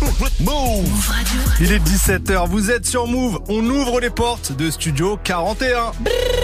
Move Radio. Il est 17h, vous êtes sur Move. On ouvre les portes de Studio 41.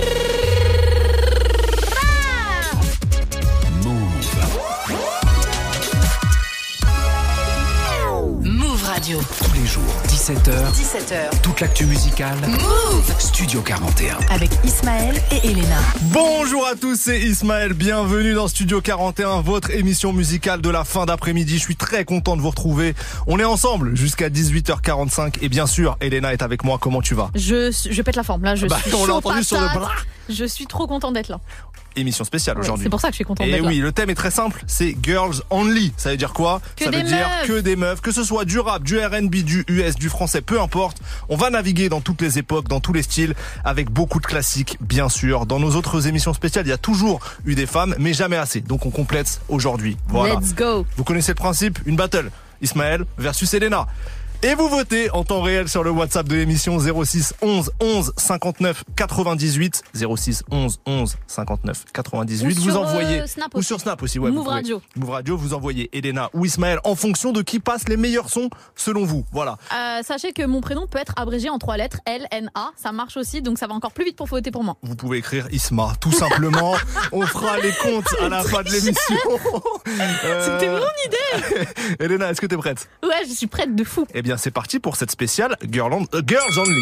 Move Radio. Tous les jours, 17h, toute l'actu musicale. Move Studio 41. avec Ismaël et Elena. Bonjour à tous, c'est Ismaël. Bienvenue dans Studio 41, votre émission musicale de la fin d'après-midi. Je suis très content de vous retrouver. On est ensemble jusqu'à 18h45 et bien sûr, Elena est avec moi. Comment tu vas? Je pète la forme là, on l'a chaud entendu sur le patate. bras. Je suis trop contente d'être là. Émission spéciale aujourd'hui. C'est pour ça que je suis contente Et d'être oui, là. le thème est très simple, c'est Girls Only. Ça veut dire quoi? Que Ça des veut dire meufs. que des meufs, que ce soit du rap, du R&B, du US, du français, peu importe. On va naviguer dans toutes les époques, dans tous les styles, avec beaucoup de classiques, bien sûr. Dans nos autres émissions spéciales, il y a toujours eu des femmes, mais jamais assez. Donc on complète aujourd'hui. Voilà. Let's go. Vous connaissez le principe, une battle. Ismaël versus Elena. Et vous votez en temps réel sur le WhatsApp de l'émission 06 11 11 59 98 06 11 11 59 98. Ou Vous sur, envoyez Snap ou aussi. sur Snap aussi. Ouais, Move vous pouvez. Radio. Move Radio. Vous envoyez Elena ou Ismaël en fonction de qui passe les meilleurs sons selon vous. Voilà. Sachez que mon prénom peut être abrégé en 3 lettres, L-N-A. Ça marche aussi, donc ça va encore plus vite pour voter pour moi. Vous pouvez écrire Isma, tout simplement. On fera les comptes à la fin de l'émission. C'était mon idée. Elena, est-ce que t'es prête? Ouais, je suis prête de fou. Eh bien, c'est parti pour cette spéciale Girls Only.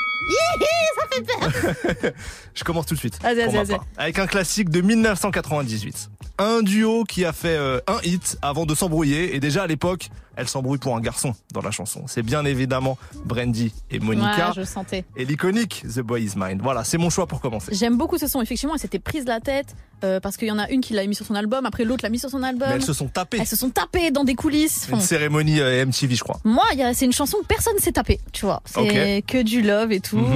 Ça fait peur. Je commence tout de suite. Vas-y, pour ma vas-y. part. Avec un classique de 1998. Un duo qui a fait un hit avant de s'embrouiller. Et déjà à l'époque, elle s'embrouille pour un garçon dans la chanson. C'est bien évidemment Brandy et Monica. Ouais, je le sentais. Et l'iconique The Boy Is Mine. Voilà, c'est mon choix pour commencer. J'aime beaucoup ce son. Effectivement, elle s'était prise la tête parce qu'il y en a une qui l'a mis sur son album, après l'autre l'a mis sur son album. Mais elles se sont tapées. Elles se sont tapées dans des coulisses. Une cérémonie MTV, je crois. Moi, c'est une chanson que personne s'est tapé, tu vois. C'est que du love et tout.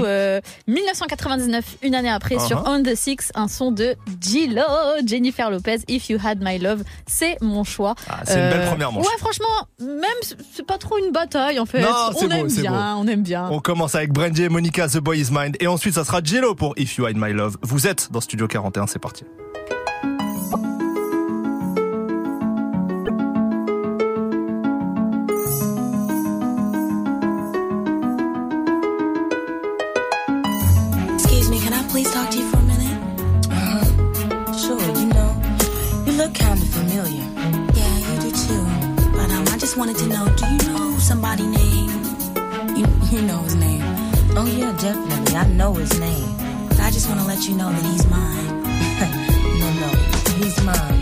1999, une année après, sur On The Six, un son de J-Lo, Jennifer Lopez, If You Had My Love. C'est mon choix. Ah, c'est une belle première manche. Ouais, franchement, même c'est pas trop une bataille en fait. Non, c'est beau, c'est beau. On aime bien. On commence avec Brandy et Monica, The Boy Is Mine. Et ensuite, ça sera J-Lo pour If You Had My Love. Vous êtes dans Studio 41, c'est parti. Please talk to you for a minute. Sure, you look kind of familiar. Yeah, you do too. But I just wanted to know, do you know somebody named? You know his name. Oh yeah, definitely, I know his name. But I just want to let you know that he's mine. No, he's mine.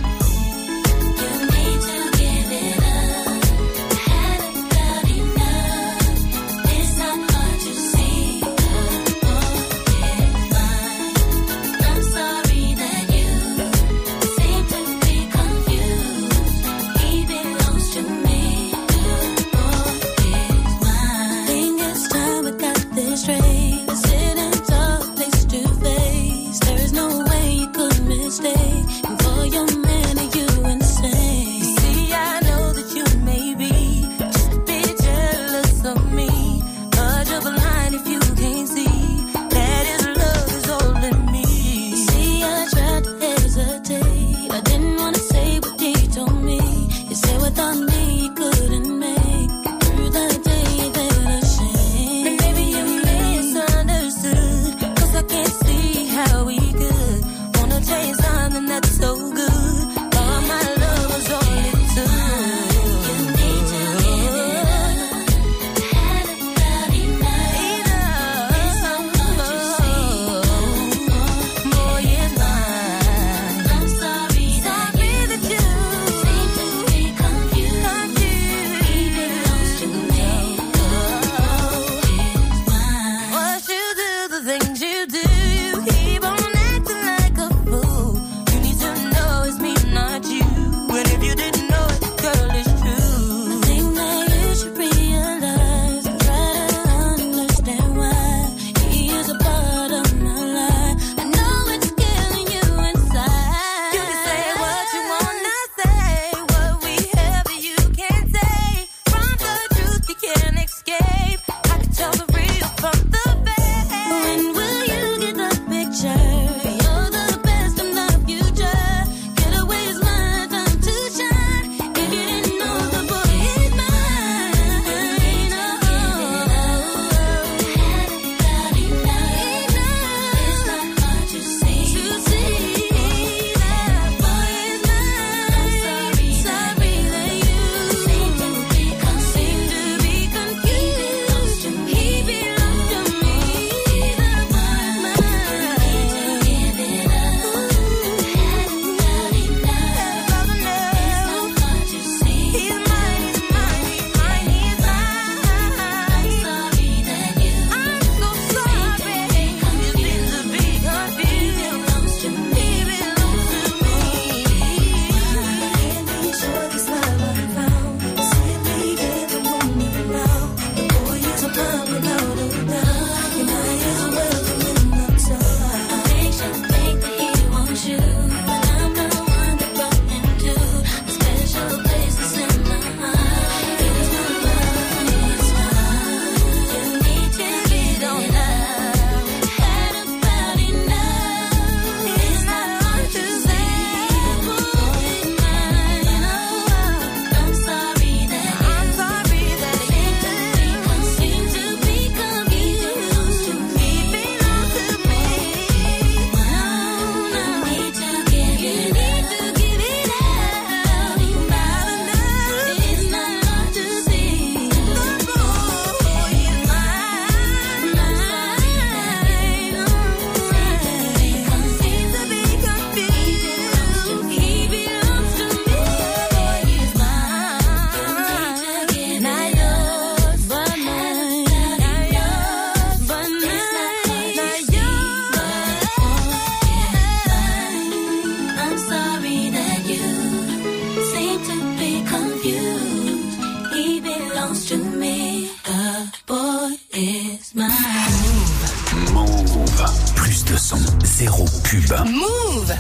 pub. Move.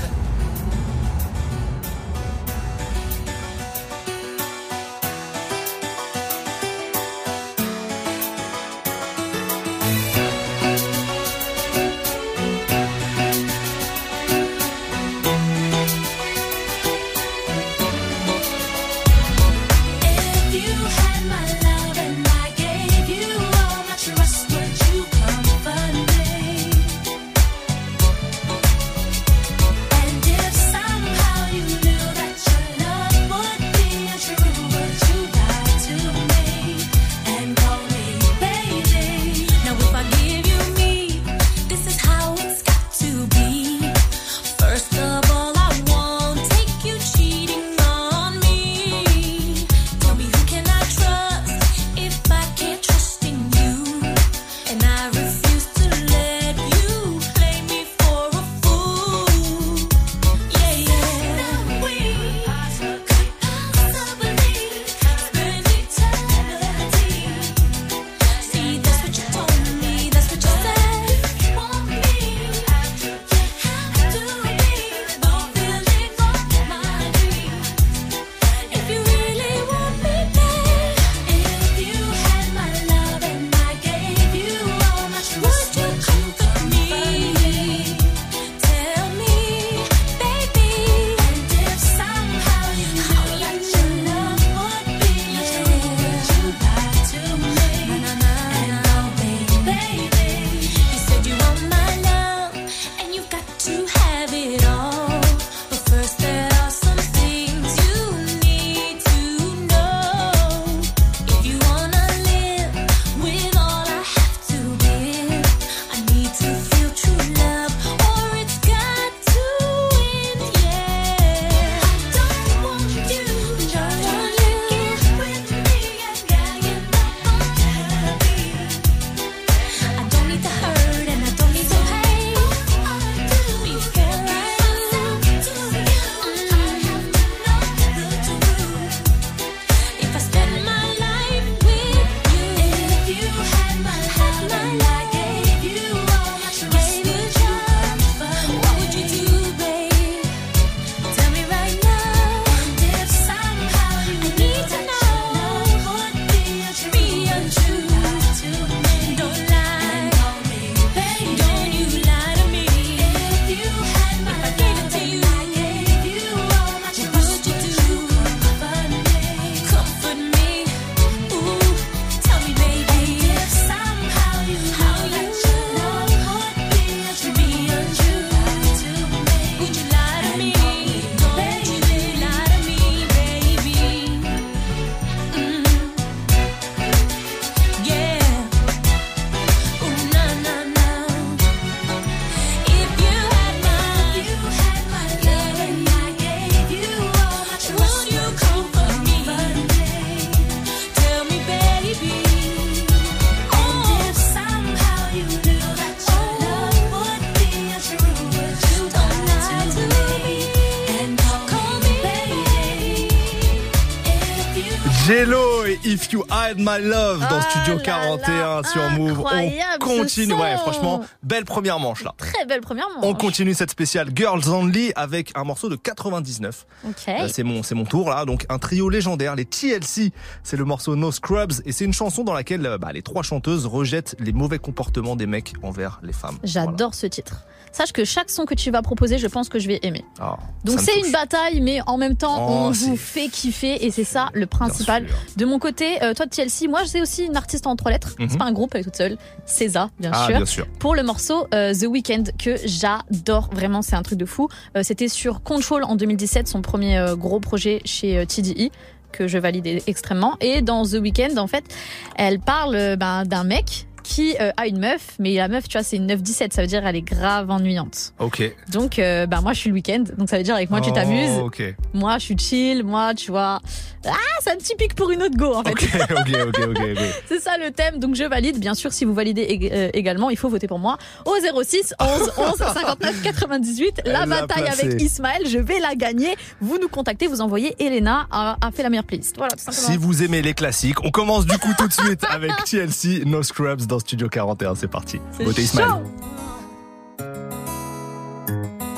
Jello et If You Had My Love dans Studio 41 sur Move. On continue. Ouais, franchement, belle première manche là. Très belle première manche. On continue cette spéciale Girls Only avec un morceau de 99. Okay. C'est mon tour là. Donc un trio légendaire, les TLC. C'est le morceau No Scrubs et c'est une chanson dans laquelle les trois chanteuses rejettent les mauvais comportements des mecs envers les femmes. J'adore ce titre. Sache que chaque son que tu vas proposer, je pense que je vais aimer. Oh, donc c'est une bataille, mais en même temps, on vous fait kiffer et c'est ça le principal. De mon côté, toi de TLC, moi c'est aussi une artiste en 3 lettres. C'est pas un groupe, elle est toute seule. SZA, bien sûr. Pour le morceau The Weeknd que j'adore vraiment, c'est un truc de fou. C'était sur Control en 2017, son premier gros projet chez TDE. Que je valide extrêmement. Et dans The Weeknd, en fait, elle parle d'un mec qui a une meuf, mais la meuf, tu vois, c'est une 9-17, ça veut dire elle est grave ennuyante. Ok. Donc, moi, je suis le week-end, donc ça veut dire avec moi, tu t'amuses. Okay. Moi, je suis chill, moi, tu vois. C'est un petit pic pour une autre go, en fait. Ok. C'est ça le thème, donc je valide. Bien sûr, si vous validez également, il faut voter pour moi au 06 11 11 59 98. La bataille avec Ismaël, je vais la gagner. Vous nous contactez, vous envoyez Elena a fait la meilleure playlist. Voilà, tout simplement. Si vous aimez les classiques, on commence du coup tout de suite avec TLC, No Scrubs dans Studio 41. C'est parti. Votez Ismaël.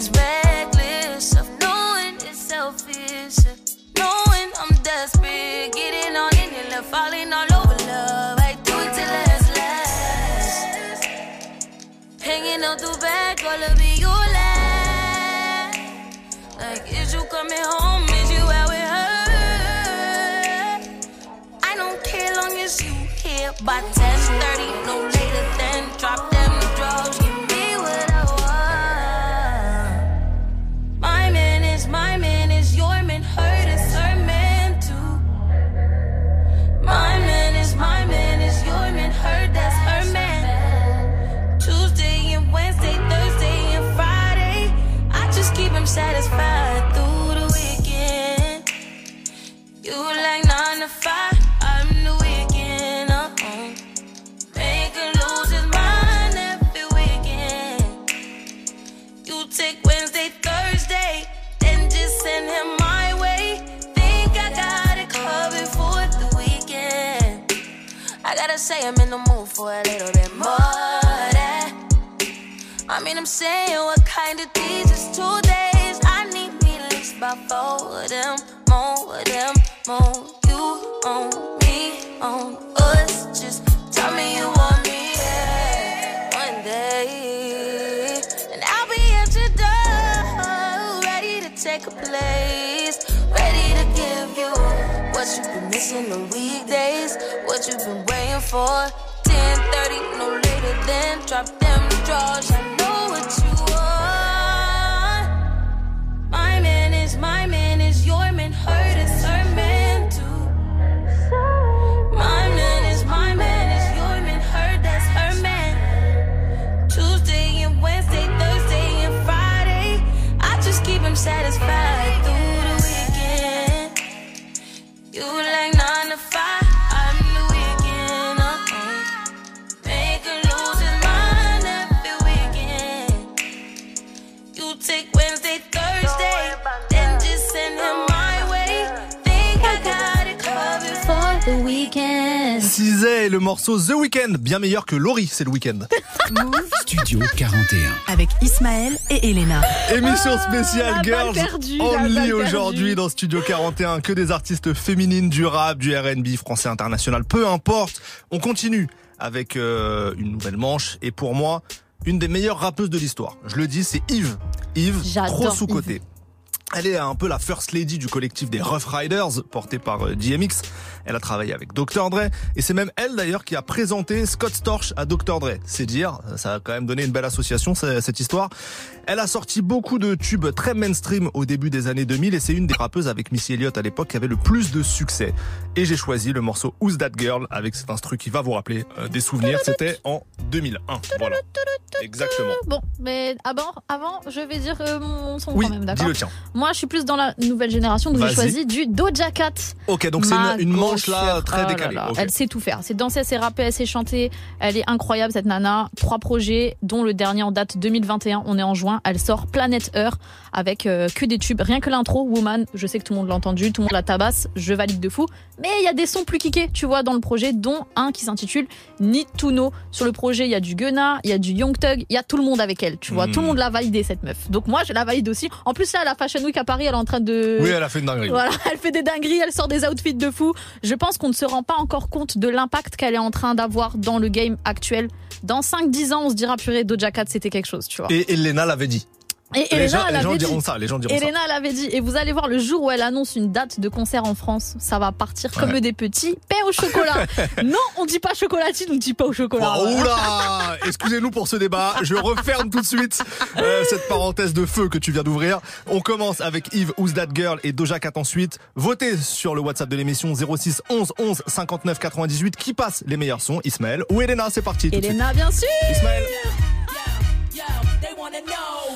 is reckless of knowing it's selfish, knowing I'm desperate, getting on in your love, falling all over love. I do it till it's last. Hanging out the back, all of it you last. Like, is you coming home? Is you out with her? I don't care long as you here by 10:30, no later than drop them the drugs. Give me what I want. My man is your man, hurt is her man too. My man is your man, hurt that's her man. Tuesday and Wednesday, Thursday and Friday, I just keep him satisfied through the weekend. You like 9 to 5, I'm the weekend. Make him lose his mind every weekend. You take Wednesday, Thursday, then just send him my way. Think I got it covered for the weekend. I gotta say I'm in the mood for a little bit more of that. I mean, I'm saying what kind of these is 2 days. I need me at least about 4 of them, more of them, more. You on me, on us. Just tell me you want me, yeah, one day. And I'll be at your door, ready to take a place, ready to give you what you've been missing on weekdays, what you've been waiting for. 10:30, no later than drop them drawers. I know what you want. My man is your man, hurt is her man too. My man is your man, hurt that's her man. Tuesday and Wednesday, Thursday and Friday, I just keep him satisfied through the weekend. You like 9 to 5, I'm the weekend. Make him lose his mind every weekend. You take Wednesday, Thursday, then just send him my way. Think I got it covered for the weekend. Cizé, le morceau The Weeknd, bien meilleur que Laurie, c'est le week-end. Move Studio 41. avec Ismaël et Elena. Émission spéciale la Girls balle perdue, Only la balle aujourd'hui perdue. dans Studio 41. Que des artistes féminines, du rap, du R&B, français, international, peu importe. On continue avec une nouvelle manche et pour moi, une des meilleures rappeuses de l'histoire. Je le dis, c'est Yves. Yves, J'adore trop sous-cotée. Elle est un peu la first lady du collectif des Rough Riders, porté par DMX. Elle a travaillé avec Dr. Dre, et c'est même elle d'ailleurs qui a présenté Scott Storch à Dr. Dre. C'est dire, ça a quand même donné une belle association cette histoire. Elle a sorti beaucoup de tubes très mainstream au début des années 2000, et c'est une des rappeuses avec Missy Elliott à l'époque qui avait le plus de succès. Et j'ai choisi le morceau Who's That Girl avec cet instru qui va vous rappeler des souvenirs. C'était en 2001. Voilà. Exactement. Bon, mais avant, je vais dire mon son Oui, quand même, d'accord? dis le tien. Moi, je suis plus dans la nouvelle génération, donc j'ai Vas-y. choisi du Doja Cat. Ok, donc c'est une manche là gauche. très Oh là décalée. là. Ok. Elle sait tout faire. C'est danser, c'est rapper, elle sait chanter. Elle est incroyable, cette nana. 3 projets, dont le dernier en date 2021. On est en juin. Elle sort Planet Earth avec que des tubes. Rien que l'intro, Woman. Je sais que tout le monde l'a entendu, tout le monde la tabasse. Je valide de fou. Mais il y a des sons plus kickés, tu vois, dans le projet, dont un qui s'intitule Need to Know. Sur le projet, il y a du Gunna, il y a du Young Thug, il y a tout le monde avec elle, tu vois. Tout le monde l'a validé, cette meuf. Donc moi, je la valide aussi. En plus, là, à la Fashion Week à Paris, elle est en train de... Oui, elle a fait une dinguerie. Voilà, elle fait des dingueries, elle sort des outfits de fou. Je pense qu'on ne se rend pas encore compte de l'impact qu'elle est en train d'avoir dans le game actuel. Dans 5-10 ans, on se dira purée, Doja Cat, c'était quelque chose, tu vois. Et Elena l'avait dit. Et Les Elena, gens, elle les gens avait diront dit. ça, les gens diront ça. Elena l'avait dit. Et vous allez voir, le jour où elle annonce une date de concert en France, ça va partir comme des petits pains au chocolat. Non, on dit pas chocolatine, on dit pas au chocolat. Oh, oula, excusez-nous pour ce débat. Je referme tout de suite cette parenthèse de feu que tu viens d'ouvrir. On commence avec Yves, Who's That Girl et Doja Cat ensuite. Votez sur le WhatsApp de l'émission 06 11 11 59 98. Qui passe les meilleurs sons, Ismaël ou Elena? C'est parti. Tout de suite. Elena, bien sûr. Ismaël. They wanna know.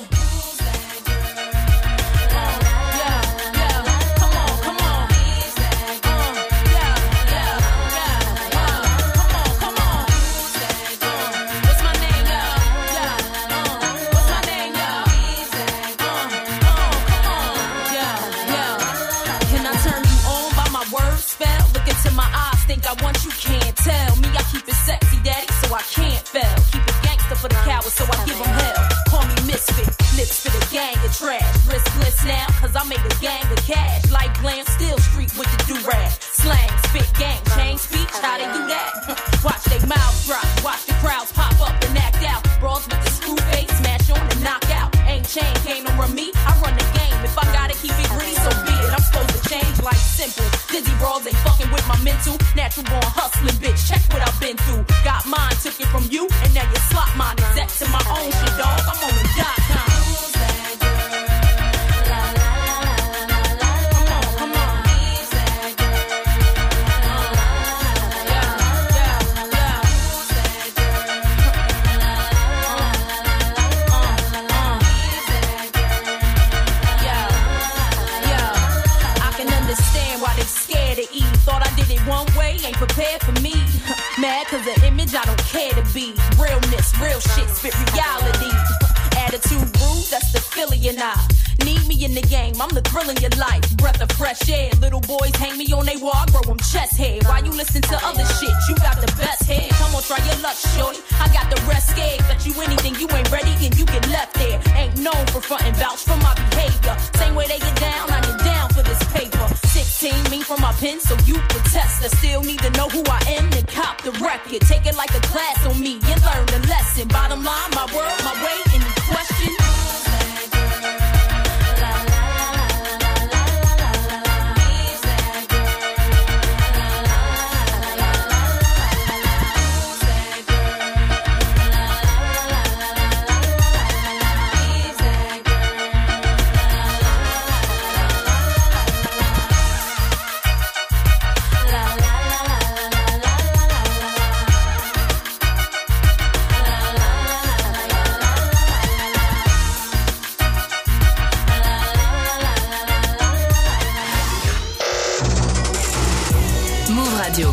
I want you can't tell me I keep it sexy, daddy, so I can't fail. Keep it gangster for the cowards, so I give them hell. Call me misfit, gang of trash. Riskless now, cause I made a gang of cash. Like glam, still street with the do-rag. Slang, spit, gang, change speech, how they do that? Watch they mouths drop, watch the crowds pop up and act out. Brawls with the screw face, smash on and knock out. Ain't chain, can't no run me, I run the game. If I gotta keep it greedy, so be it. I'm supposed to change like simple. Dizzy brawls ain't fucking with my mental. Natural born hustling, bitch, check what I've been through. Got mine, took it from you, and now you slot mine. Except to my own shit, dog, I'm on the .com. Thought I did it one way, ain't prepared for me. Mad cause the image I don't care to be. Realness, real shit, spit reality. Attitude rude, that's the Philly and I. Need me in the game, I'm the thrill in your life. Breath of fresh air, little boys hang me on they wall, I grow them chest hair. While you listen to other shit, you got the best hair. Come on, try your luck, shorty. I got the rest scared. Bet you anything, you ain't ready and you get left there. Ain't known for frontin' vouch for my behavior. Same way they get down, I get down for this paper. 16, me from my pen, so you can test. I still need to know who I am and cop the record. Take it like a class on me and learn the lesson. Bottom line, my word, my way, any question? Radio.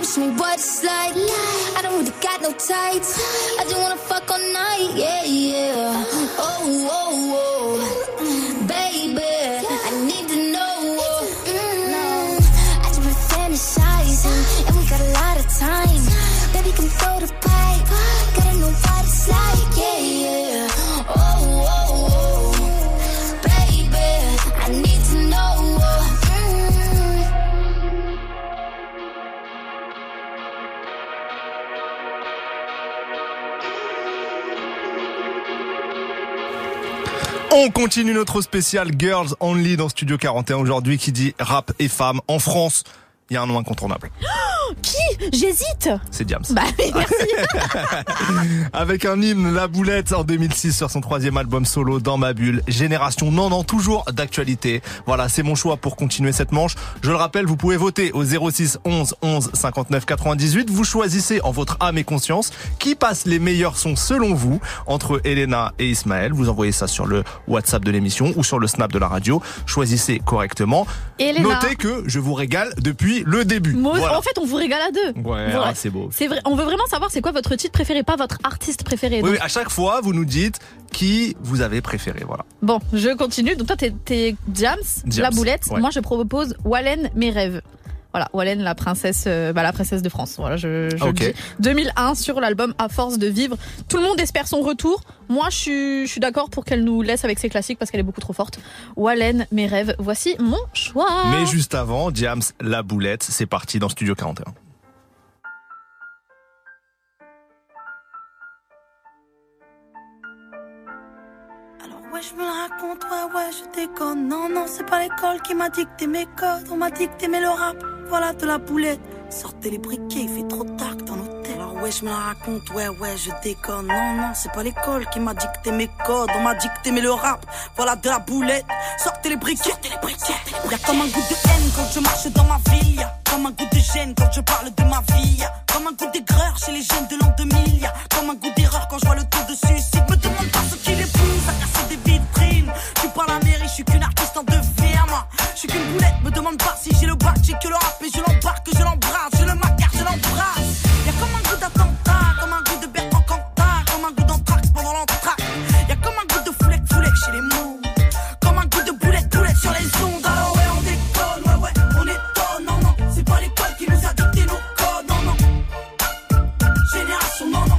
Teach me what it's like. I don't really got no tights. I just wanna fuck all night. Yeah, yeah. Oh, oh, oh. Baby, I need to know. I just been fantasizing, and we got a lot of time. Baby, can throw the pipe. Gotta know what it's like. Yeah, yeah. Oh, oh, oh. Baby, I need to know. On continue notre spécial Girls Only dans Studio 41 aujourd'hui qui dit rap et femmes en France. Il y a un nom incontournable. Qui ? J'hésite. C'est Diams. Bah oui, merci. Avec un hymne, La Boulette, en 2006 sur son 3e album solo, Dans ma bulle. Génération non, toujours d'actualité. Voilà, c'est mon choix pour continuer cette manche. Je le rappelle, vous pouvez voter au 06 11 11 59 98. Vous choisissez en votre âme et conscience qui passe les meilleurs sons selon vous entre Elena et Ismaël. Vous envoyez ça sur le WhatsApp de l'émission ou sur le Snap de la radio. Choisissez correctement. Elena. Notez que je vous régale depuis le début. Voilà. En fait, on vous régale à deux. Ouais, voilà. Ah, c'est beau. C'est vrai. On veut vraiment savoir c'est quoi votre titre préféré, pas votre artiste préféré. Oui, à chaque fois, vous nous dites qui vous avez préféré. Voilà. Bon, je continue. Donc toi, t'es Diams, La Boulette. Ouais. Moi, je propose Wallen, Mes rêves. Voilà, Wallen, la princesse de France. Voilà, je le dis. 2001 sur l'album À force de vivre. Tout le monde espère son retour. Moi, je suis d'accord pour qu'elle nous laisse avec ses classiques parce qu'elle est beaucoup trop forte. Wallen, Mes rêves. Voici mon choix. Mais juste avant, Diams, La Boulette. C'est parti dans Studio 41. Ouais, je me la raconte, ouais, je déconne. Non, c'est pas l'école qui m'a dicté mes codes. On m'a dit que t'aimais le rap, voilà de la boulette. Sortez les briquets, il fait trop tard dans l'hôtel. Alors ouais, je me la raconte, ouais, je déconne. Non, c'est pas l'école qui m'a dicté mes codes. On m'a dit que t'aimais le rap, voilà de la boulette. Sortez les briquets, Y'a comme un goût de haine quand je marche dans ma ville. Y'a comme un goût de gêne quand je parle de ma vie. Y'a comme un goût d'aigreur chez les jeunes de l'an 2000. Y'a comme un goût d'erreur quand je vois le taux de suicide. Me demande pas ce qu'il est pousse à casser des vitrines. Je suis pas la mairie, je suis qu'une artiste en devenir, moi. Je suis qu'une boulette, me demande pas si j'ai le bac, j'ai que le rap. Et je l'embarque, je l'embrasse, je le macarre, je l'embrasse. Y'a comme un goût d'attentat, comme un goût de Bertrand Cantat, comme un goût d'anthrax pendant l'entracte. Y'a comme un goût de foulec chez les mots. Comme un goût de boulette sur les ondes. Alors ouais, on déconne, ouais, on étonne, non, c'est pas l'école qui nous a dicté nos codes, non. Génération, non.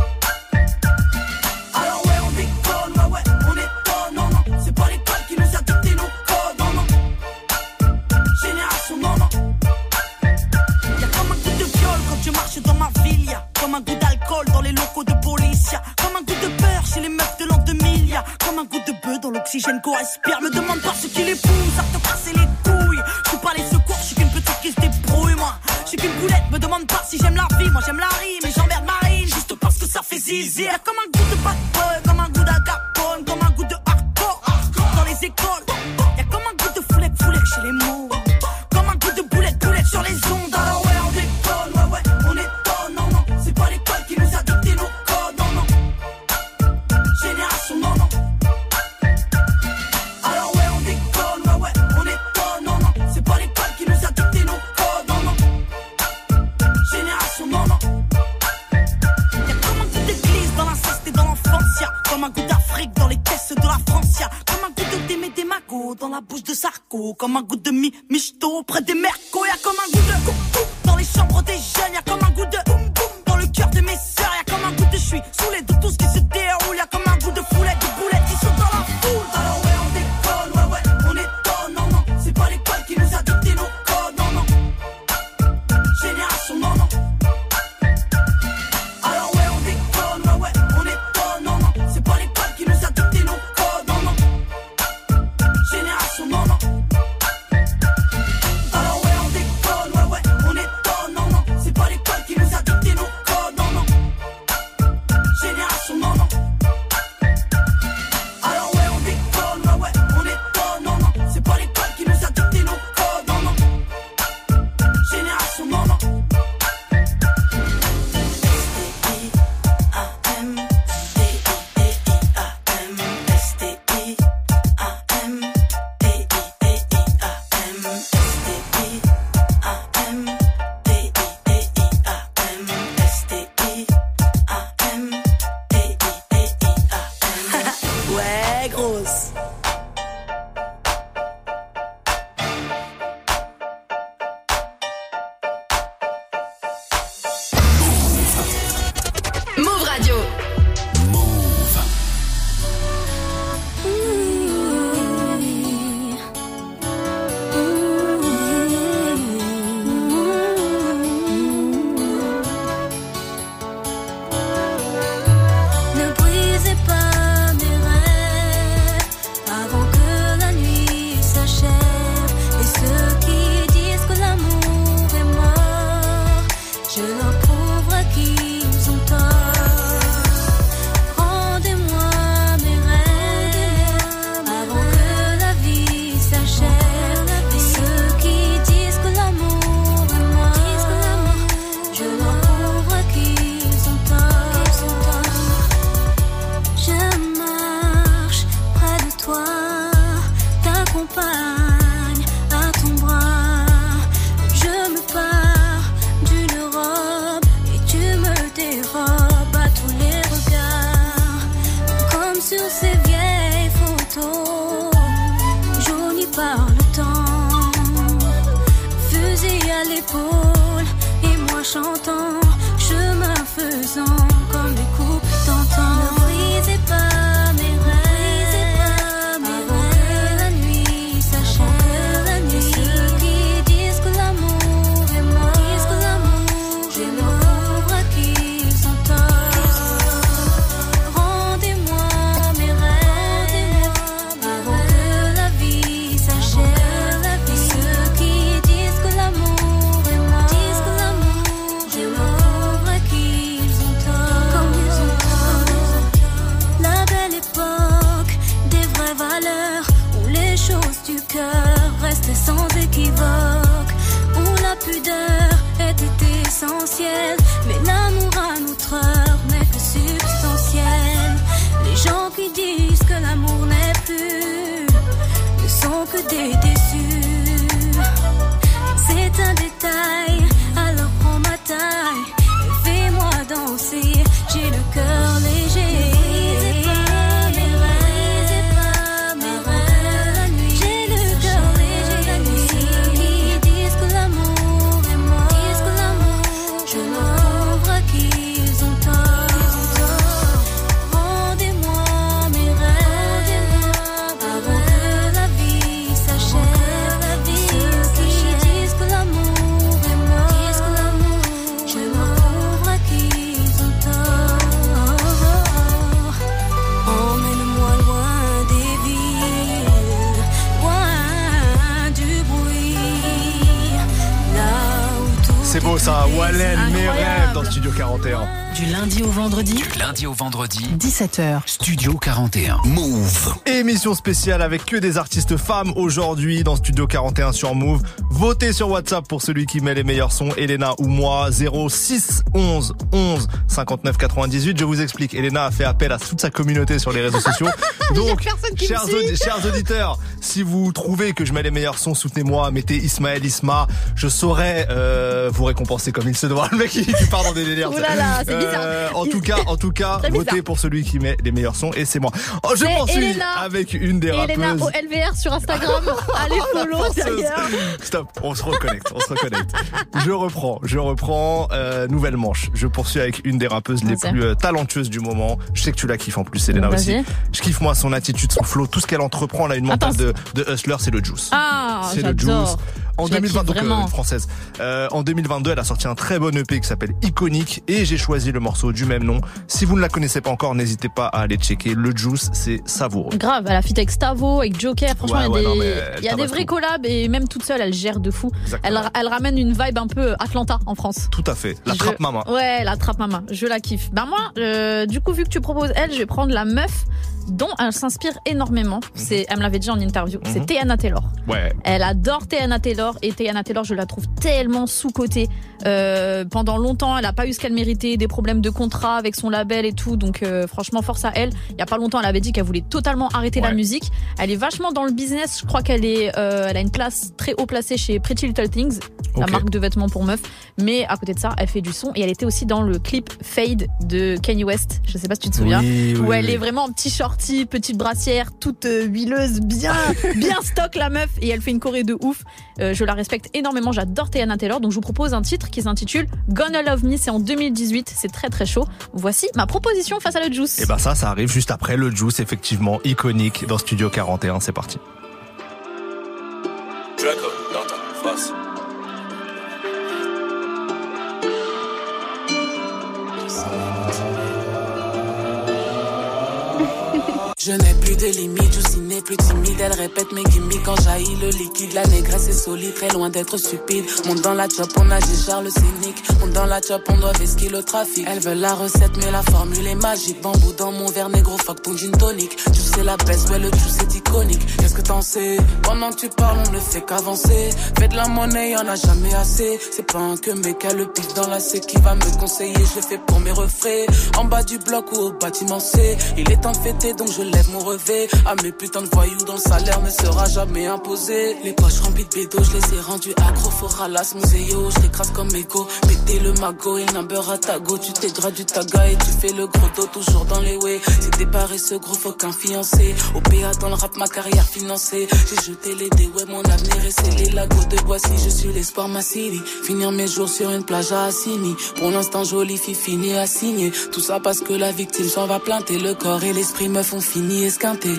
Alors ouais, on déconne, ouais, on étonne, non, c'est pas l'école qui nous a dicté nos codes, non. Génération, non. Y'a comme un goût de viol quand je marche dans ma ville, y'a comme un goût d'alcool dans les locaux de police, y'a comme un goût de peur chez les meufs de l'an 2000, y'a comme un goût de bœuf dans l'oxygène qu'on respire. Me demande pas ce qui les pousse à te casser les couilles. Je suis pas les secours, je suis qu'une petite qui se débrouille, moi. Je suis qu'une boulette, me demande pas si j'aime la vie. Moi j'aime la rime et j'emmerde Marine juste parce que ça fait zizi. Y'a comme un goût de bad boy, comme un goût d'agapone, comme un goût de hardcore dans les écoles. Y'a comme un goût de foulec chez les mots. Comme un goût de boulette sur les ondes. Alors ouais, on déconne, ouais, on étonne, non, c'est pas l'école qui nous a dicté nos codes, non. Génération, non. Alors ouais, on déconne, ouais, on étonne, non, c'est pas l'école qui nous a dicté nos codes, non. Génération, non. Y'a comme un goût d'église dans l'inceste et dans l'enfance, y'a comme un goût d'Afrique dans les caisses de la France, y'a comme un goût de Démé des Magots dans la bouche de Sarko, comme un goût de Michto près des Mercos, y'a comme un goût de coucou dans les chambres des jeunes, y'a comme un goût de boum boum dans le cœur de mes sœurs, y'a comme un goût de je suis saoulé de tout ce qui se déroule, y'a comme un goût de foulette, de boulettes qui sont dans la foule. Alors ouais, on déconne, ouais, on étonne, non, c'est pas l'école qui nous a dicté nos codes, non. Génération, non. Alors ouais, on déconne, ouais, on étonne, non, c'est pas l'école qui nous a dicté nos codes, non. Génération, non. Alors ouais, on déconne, ouais, on étonne, non, très grosse. Move Radio. Chantant, chemin faisant, comme les coupes tentant. Ne brisez pas mes rêves, avant que la nuit s'achève. Et ceux qui disent que l'amour est mort, je leur prouve à qu'ils ont tort. Rendez-moi mes rêves, avant que la vie s'achève. Et ceux qui disent que l'amour est mort, je leur prouve à qu'ils ont tort. Comme ils ont tort. La belle époque des vraies valeurs, où les choses du cœur restaient sans équivoque, où la pudeur était essentielle, mais l'amour à notre heure n'est que substantiel. Les gens qui disent que l'amour n'est plus ne sont que des déçus. C'est un détail, alors prends ma taille et fais-moi danser. J'ai le cœur léger. J'ai le cœur léger. Ceux qui disent que l'amour est mort, je leur prouve à qu'ils ont tort. Rendez-moi mes rêves, avant que la vie s'achève. Ceux qui disent que l'amour est mort, je leur prouve à qu'ils ont tort. Emmène-moi loin des villes, loin du bruit, là où tout C'est beau ça, Wallen, mes rêves dans Studio 41. Du lundi au vendredi. Du lundi au vendredi, 17h. Studio 41. Move. Émission spéciale avec que des artistes femmes aujourd'hui dans Studio 41 sur Move. Votez sur WhatsApp pour celui qui met les meilleurs sons, Elena ou moi, 06 11 11 59 98. Je vous explique, Elena a fait appel à toute sa communauté sur les réseaux sociaux. Donc, chers auditeurs, si vous trouvez que je mets les meilleurs sons, soutenez-moi, mettez Ismaël Isma. Je saurai vous récompenser comme il se doit. Le mec, il part dans des délires. Ouh là là, c'est bizarre. En tout cas, votez pour celui qui met les meilleurs sons et c'est moi. Oh, je poursuis Elena, avec une des rappeuses. Elena au LVR sur Instagram. Allez follow derrière. Stop, on se reconnecte. Je reprends, nouvelle manche. Je poursuis avec une des rappeuses les plus talentueuses du moment. Je sais que tu la kiffes en plus, Elena aussi. Je kiffe moi son attitude, son flow, tout ce qu'elle entreprend. Elle a une mentale de hustler, c'est le juice. Ah, c'est j'adore. le juice. En 2022, française. En 2022, elle a sorti un très bon EP qui s'appelle Iconique et j'ai choisi le morceau du même nom. Si vous ne la connaissez pas encore, n'hésitez pas à aller checker. Le Juice, c'est savoureux. Grave, elle a feat avec Stavo, avec Joker. Franchement, il y a des vrais collabs et même toute seule, elle gère de fou. Elle ramène une vibe un peu Atlanta en France. Tout à fait. La trappe mama. Ouais, la trappe mama. Je la kiffe. Ben moi, du coup, vu que tu proposes elle, je vais prendre la meuf dont elle s'inspire énormément. Elle me l'avait dit en interview. C'est Teyana Taylor. Ouais. Elle adore Teyana Taylor et Teyana Taylor, je la trouve tellement sous-cotée. Pendant longtemps, elle a pas eu ce qu'elle méritait, des problèmes de contrat avec son label et tout. Donc franchement, force à elle. Il y a pas longtemps, elle avait dit qu'elle voulait totalement arrêter la musique. Elle est vachement dans le business. Je crois qu'elle est, elle a une place très haut placée chez Pretty Little Things, la marque de vêtements pour meufs. Mais à côté de ça, elle fait du son et elle était aussi dans le clip Fade de Kanye West. Je sais pas si tu te souviens, où elle est vraiment en petit short sortie, petite brassière, toute huileuse, bien stock la meuf, et elle fait une choré de ouf. Je la respecte énormément, j'adore Teyana Taylor, donc je vous propose un titre qui s'intitule Gonna Love Me, c'est en 2018, c'est très très chaud. Voici ma proposition face à le Juice. Et bah ça arrive juste après le Juice, effectivement, iconique dans Studio 41, c'est parti. Draco, dans ta face. Je n'ai plus de limites, Juicy n'est plus timide. Elle répète mes gimmicks quand jaillit le liquide. La négresse est solide, très loin d'être stupide. Monte dans la chop, on agit Charles le cynique. Monte dans la chop, on doit vesquer le trafic. Elle veut la recette, mais la formule est magique. Bambou dans mon verre négro, fuck ton gin tonic. Tu sais la baisse, ouais le juice est iconique. Qu'est-ce que t'en sais? Pendant que tu parles, on ne fait qu'avancer. Fais de la monnaie, y'en a jamais assez. C'est pas un que mec a le pif dans la C qui va me conseiller. Je le fais pour mes refrains. En bas du bloc ou au bâtiment C. Il est temps de fêter, donc je lève mon revêt. À mes putains de voyous dont le salaire ne sera jamais imposé. Les poches remplies de bédo, je les ai rendus accro. Faut ralasse muséo, je l'écrase comme égo. Péter le magot, et number à ta go. Tu t'égrades du taga et tu fais le gros dos toujours dans les way. C'est des paresseux gros, faut qu'un fiancé. Au PA dans le rap, ma carrière financée. J'ai jeté les dés, ouais mon avenir est scellé. Lago de Boissy, je suis l'espoir ma city. Finir mes jours sur une plage à Assini. Pour l'instant jolie fille finie à signer. Tout ça parce que la victime s'en va planter. Le corps et l'esprit me font fini esquinté.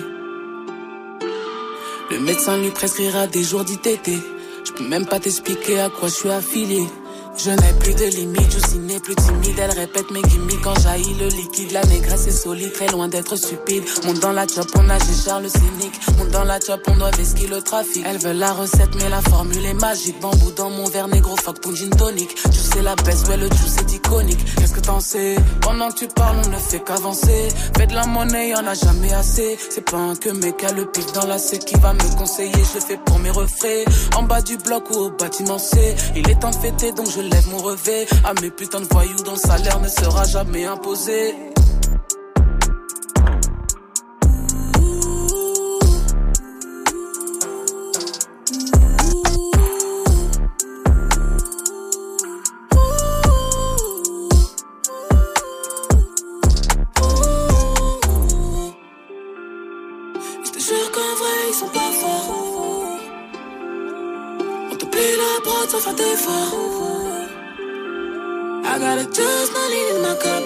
Le médecin lui prescrira des jours d'ITT. Je peux même pas t'expliquer à quoi je suis affilié. Je n'ai plus de limites, Juicy n'est plus timide. Elle répète mes gimmicks quand jaillit le liquide. La négresse est solide, très loin d'être stupide. Monte dans la chop, on agit Charles le cynique. Monte dans la chop, on doit vesquer le trafic. Elle veut la recette, mais la formule est magique. Bambou dans mon verre négro, fuck ton gin tonic. Tu sais la baisse, ouais le juice est iconique. Qu'est-ce que t'en sais? Pendant que tu parles, on ne fait qu'avancer. Fais de la monnaie, y'en a jamais assez. C'est pas un que mec a le pif dans la C qui va me conseiller. Je le fais pour mes refrains. En bas du bloc ou au bâtiment C. Il est temps de fêter, donc je lève mon revêt. À mes putains de voyous dont le salaire ne sera jamais imposé. Je te jure qu'en vrai ils sont pas forts. On te plaît la prod sans faire d'effort. I gotta just not lean in my cup.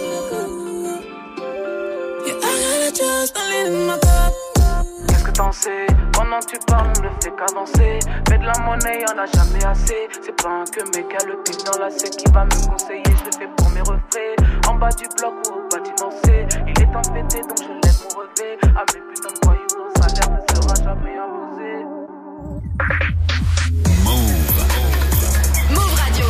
Yeah, I gotta just not lean in my cup. Qu'est-ce que t'en sais? Pendant que tu parles, on ne fait qu'avancer. Fais de la monnaie, y'en a jamais assez. C'est pas un que mec a le pif dans la C qui va me conseiller. Je le fais pour mes refrains. En bas du bloc ou au bâtiment C. Il est temps de fêter, donc je lève mon revêt. À mes putains de voyous, dont le salaire ne sera jamais imposé. Move Radio.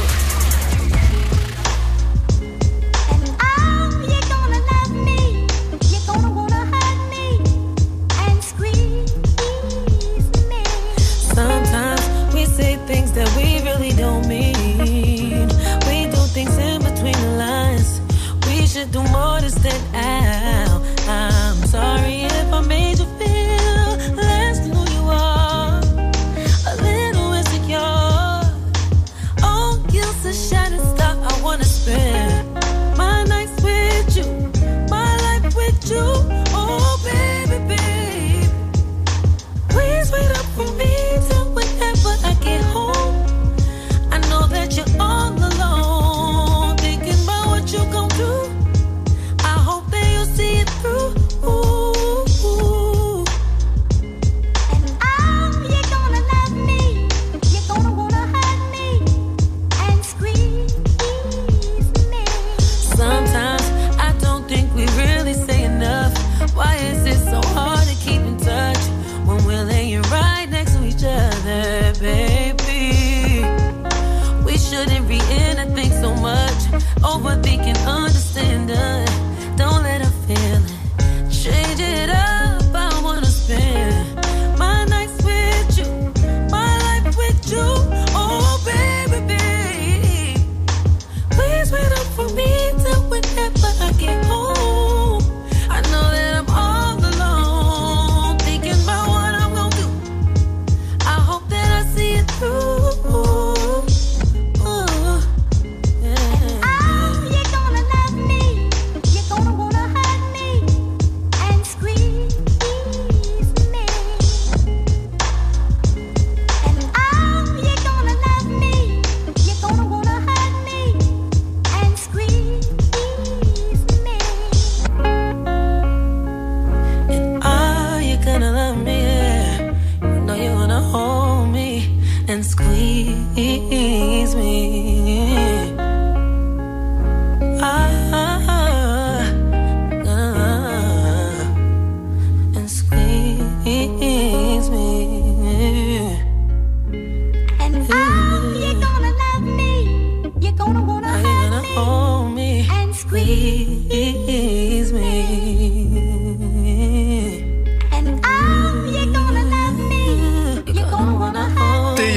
Things that we really don't mean. We do things in between the lines. We should do more to stand out. I'm sorry if I made you feel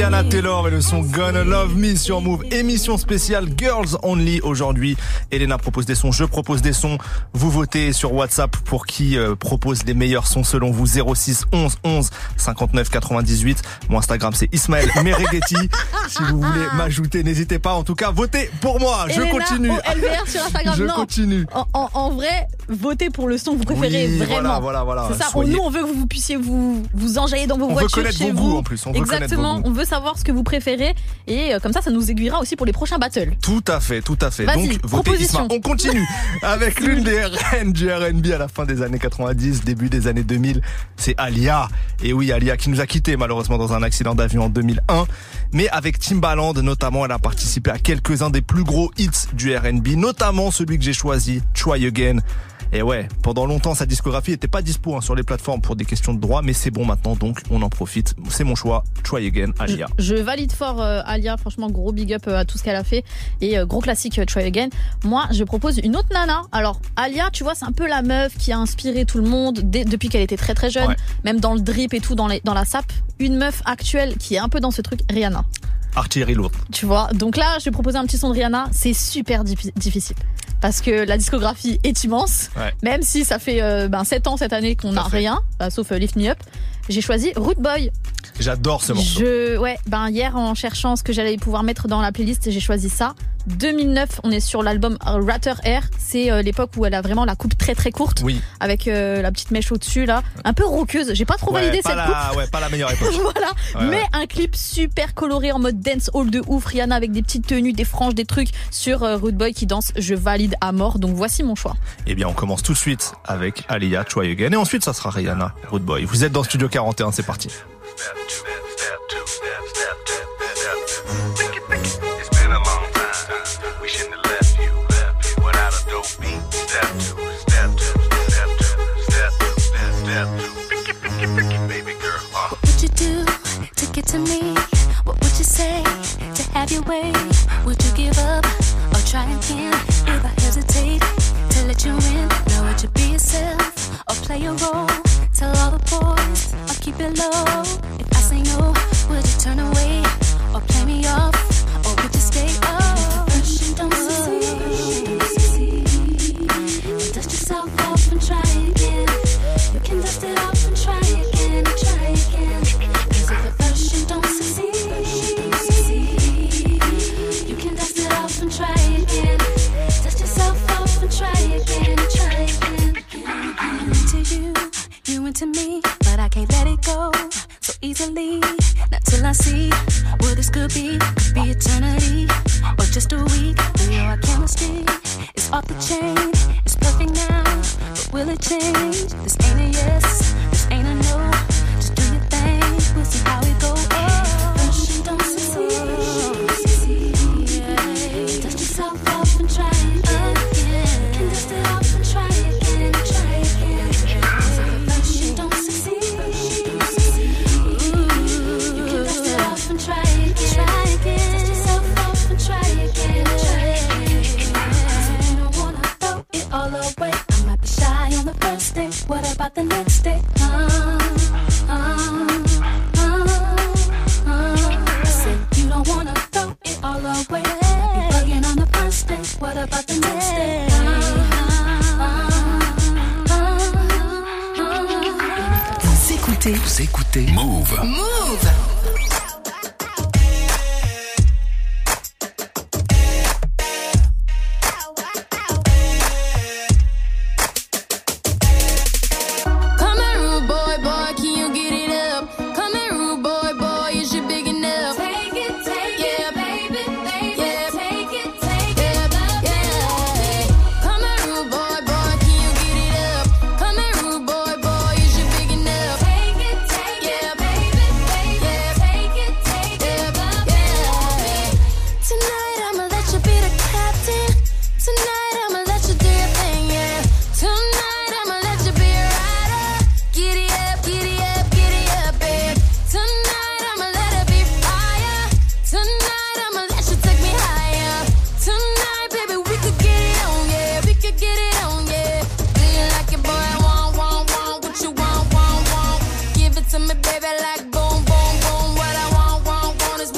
Tiana Taylor et le son Gonna Love Me sur Move. Émission spéciale Girls Only aujourd'hui. Elena propose des sons, je propose des sons. Vous votez sur WhatsApp pour qui propose les meilleurs sons selon vous. 06 11 11 59 98. Mon Instagram c'est Ismaël Mereghetti. Si vous voulez m'ajouter, n'hésitez pas. En tout cas, votez pour moi. Elena, je continue. LVR sur Instagram. Je non. continue. En vrai, votez pour le son que vous préférez vraiment. Voilà. C'est ça. Nous, on veut que vous puissiez vous enjailler dans vos voitures. On veut connaître chez vos vous. goûts en plus. Exactement. On veut savoir ce que vous préférez et comme ça nous aiguillera aussi pour les prochains battles. Tout à fait. Vas-y, donc, votez Isma. On continue avec l'une des reines du R&B à la fin des années 90, début des années 2000. C'est Aaliyah. Et oui, Aaliyah qui nous a quittés malheureusement dans un accident d'avion en 2001. Mais avec Timbaland notamment, elle a participé à quelques-uns des plus gros hits du R&B, notamment celui que j'ai choisi, Try Again. Et ouais, pendant longtemps, sa discographie était pas dispo sur les plateformes pour des questions de droit, mais c'est bon maintenant, donc on en profite. C'est mon choix, Try Again, Aaliyah. Je valide fort Aaliyah, franchement, gros big up à tout ce qu'elle a fait. Et gros classique, Try Again. Moi, je propose une autre nana. Alors, Aaliyah, tu vois, c'est un peu la meuf qui a inspiré tout le monde depuis qu'elle était très très jeune, même dans le drip et tout, dans la sap. Une meuf actuelle qui est un peu dans ce truc, Rihanna. Artillerie lourde. Tu vois, donc là, je vais proposer un petit son de Rihanna. C'est super difficile. Parce que la discographie est immense. Même si ça fait 7 ans cette année qu'on n'a rien, sauf Lift Me Up. J'ai choisi Rude Boy. J'adore ce morceau. Hier, en cherchant ce que j'allais pouvoir mettre dans la playlist, j'ai choisi ça. 2009, on est sur l'album Ratter Air. C'est l'époque où elle a vraiment la coupe très très courte. Oui. Avec la petite mèche au-dessus, là. Un peu roqueuse. J'ai pas trop validé cette coupe. Ouais, pas la meilleure époque. Voilà. Mais un clip super coloré en mode dance hall de ouf. Rihanna avec des petites tenues, des franges, des trucs sur Rude Boy qui danse. Je valide à mort. Donc voici mon choix. Eh bien, on commence tout de suite avec Aaliyah, Try Again. Et ensuite, ça sera Rihanna, Rude Boy. Vous êtes dans Studio 41, c'est parti. What would you do to get to me? What would you say to have your way? Would you give up or try again? If I hesitate to let you in, now would you be yourself or play a role? Tell all the boys or keep it low. If I say no, would you turn away or play me off? Or would you stay up? First you don't succeed. Dust yourself off and try again. You can dust it off and try again and try again. Cause if at first you don't succeed, you can dust it off and try again. Dust yourself off and try again and try again. I'm into you, you into me, but I can't let it go so easily. Not till I see what this could be eternity or just a week. We know our chemistry is off the chain. It's perfect now, but will it change? This ain't a yes, this ain't a no. Just do your thing, we'll see how it goes. First you don't succeed, dust yourself off and try again. You can dust it off and try again, try again. First you don't succeed, you can dust it off and try again, try again. Dust yourself off and try again, try again. You don't wanna throw it all away. I might be shy on the first day. What about the next day? I said you don't wanna throw it all away. Might be bugging on the first day. What about the next day? Vous écoutez Move. Move. To me, baby, like boom, boom, boom. What I want is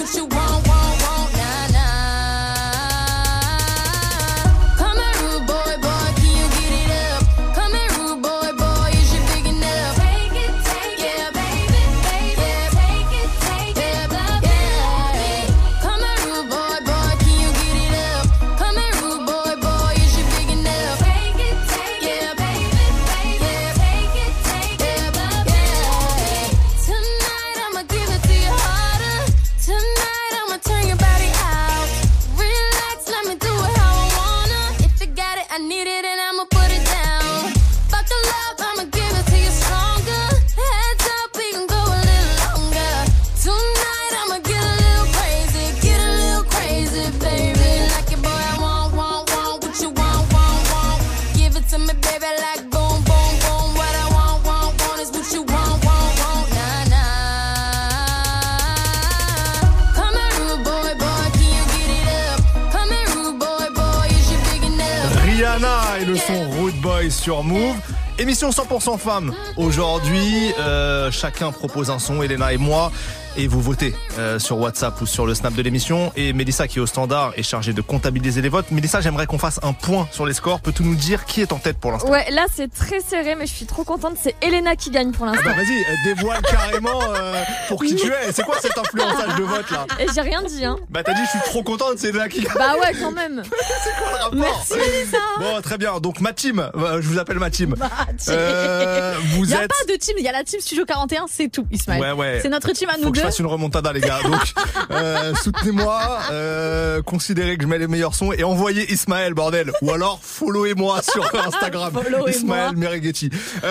et le son Rude Boy sur Move. Émission 100% femmes. Aujourd'hui, chacun propose un son, Elena et moi. Et vous votez sur WhatsApp ou sur le Snap de l'émission. Et Mélissa, qui est au standard, est chargée de comptabiliser les votes. Mélissa, j'aimerais qu'on fasse un point sur les scores. Peux-tu nous dire qui est en tête pour l'instant? Ouais, là c'est très serré, mais je suis trop contente. C'est Elena qui gagne pour l'instant. Ah bah vas-y, dévoile carrément pour qui tu es. C'est quoi cet influençage de vote là? Et j'ai rien dit, hein. Bah t'as dit je suis trop contente, c'est Elena qui gagne. Bah ouais, quand même. C'est quoi le rapport? Merci Mélissa. Bon, très bien. Donc ma team, je vous appelle ma team. Il n'y a pas de team, il y a la team Studio 41, c'est tout, Ismaël. Ouais. C'est notre team à nous Faut que deux. je fasse une remontada, les gars. Donc, soutenez-moi, considérez que je mets les meilleurs sons et envoyez Ismaël, bordel. Ou alors, followez-moi sur Instagram. Ismaël Merighetti.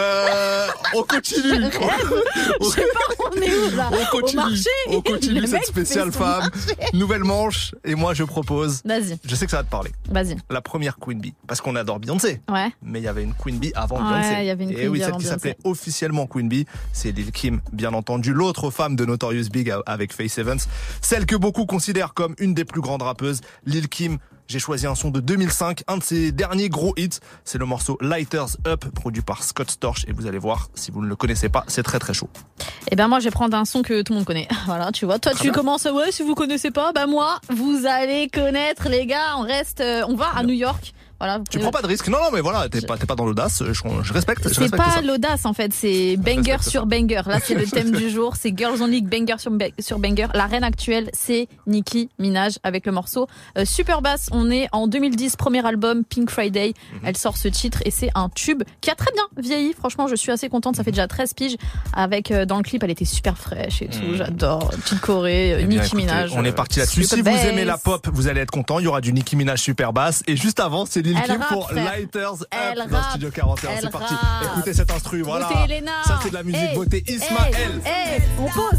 On continue. Je sais pas, on est où là? On continue cette spéciale femme. Nouvelle manche. Et moi, je propose. Vas-y. Je sais que ça va te parler. Vas-y. La première Queen Bee. Parce qu'on adore Beyoncé. Ouais. Mais il y avait une Queen Bee avant Beyoncé. Il y avait une Queen et oui, Bee celle avant qui Beyoncé. s'appelait officiellement Queen Bee, c'est Lil' Kim, bien entendu, l'autre femme de Notorious Big avec Faith Evans, celle que beaucoup considèrent comme une des plus grandes rappeuses. Lil' Kim, j'ai choisi un son de 2005, un de ses derniers gros hits, c'est le morceau Lighters Up, produit par Scott Storch, et vous allez voir, si vous ne le connaissez pas, c'est très très chaud. Et ben moi je vais prendre un son que tout le monde connaît. Voilà, tu vois, toi tu commences, ouais, si vous connaissez pas, bah moi, vous allez connaître, les gars, on va à New York. Voilà, tu prends pas de risque. Non, mais voilà, t'es pas dans l'audace. Je respecte. C'est pas l'audace en fait, c'est banger sur banger. Là, c'est le thème du jour. C'est Girls Only, banger sur banger. La reine actuelle, c'est Nicki Minaj avec le morceau Superbass. On est en 2010, premier album Pink Friday. Elle sort ce titre et c'est un tube qui a très bien vieilli. Franchement, je suis assez contente. Ça fait déjà 13 piges. Avec dans le clip, elle était super fraîche et tout. J'adore. Petite Corée, Nicki Minaj. On est parti là-dessus. Si vous aimez la pop, vous allez être content. Il y aura du Nicki Minaj Superbass. Et juste avant, c'est Lil' Kim pour Lighters Up dans Studio 41. C'est parti. Écoutez cet instru, voilà. Ça c'est de la musique beauté. Ismaël. On pose.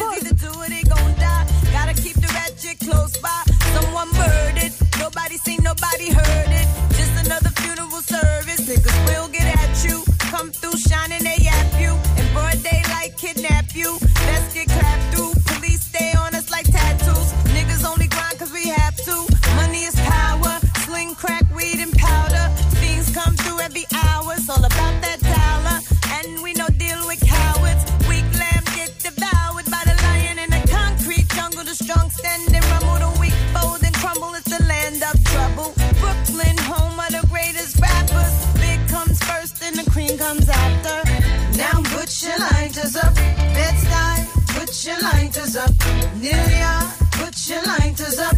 Gotta keep the ratchet close by. Someone murdered. Nobody seen, nobody heard it. Just another funeral service. Niggas will get at you. Come through shining, they yap you. In broad daylight, kidnap you. Let's get clapped through. Police stay on us like tattoos. Niggas only grind cause we have to. Money is power. Sling, crack, weed, and powder. Fiends come through every hour. It's all about that dollar. And we no deal with cowards. Weak lamb get devoured by the lion in the concrete jungle. The strong stand and rumble. The weak fold and crumble. It's the land of trouble. Brooklyn, home of the greatest rappers. Big comes first and the cream comes after. Now put your lighters up. Bed-Stuy, put your lighters up. New York, put your lighters up.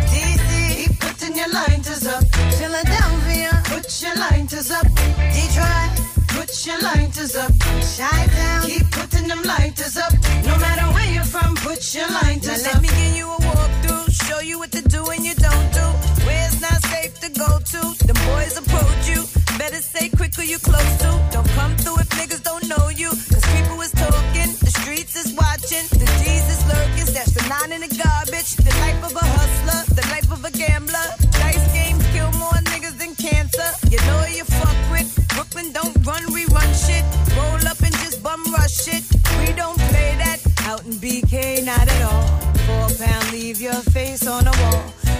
DC, putting your lighters up. Philadelphia, put your lighters up. Detroit, put your lighters up. Chi-Town, keep putting them lighters up. No matter where you're from, put your lighters up. Now let me give you a walkthrough, show you what to do and you don't do. Where it's not safe to go to, the boys approach you. Better say quick or you close to. Don't come through if niggas don't know you. Cause people is talking, the streets is watching. The G's is lurking, stash the 9 in the garbage. The life of a hustler, the life of a gambler. Dice games kill more niggas than cancer. You know who you fuck with. Brooklyn don't run, we run shit. Roll up and just bum rush it. We don't play that. Out in BK, not at all. 4 pound, leave your face on the wall.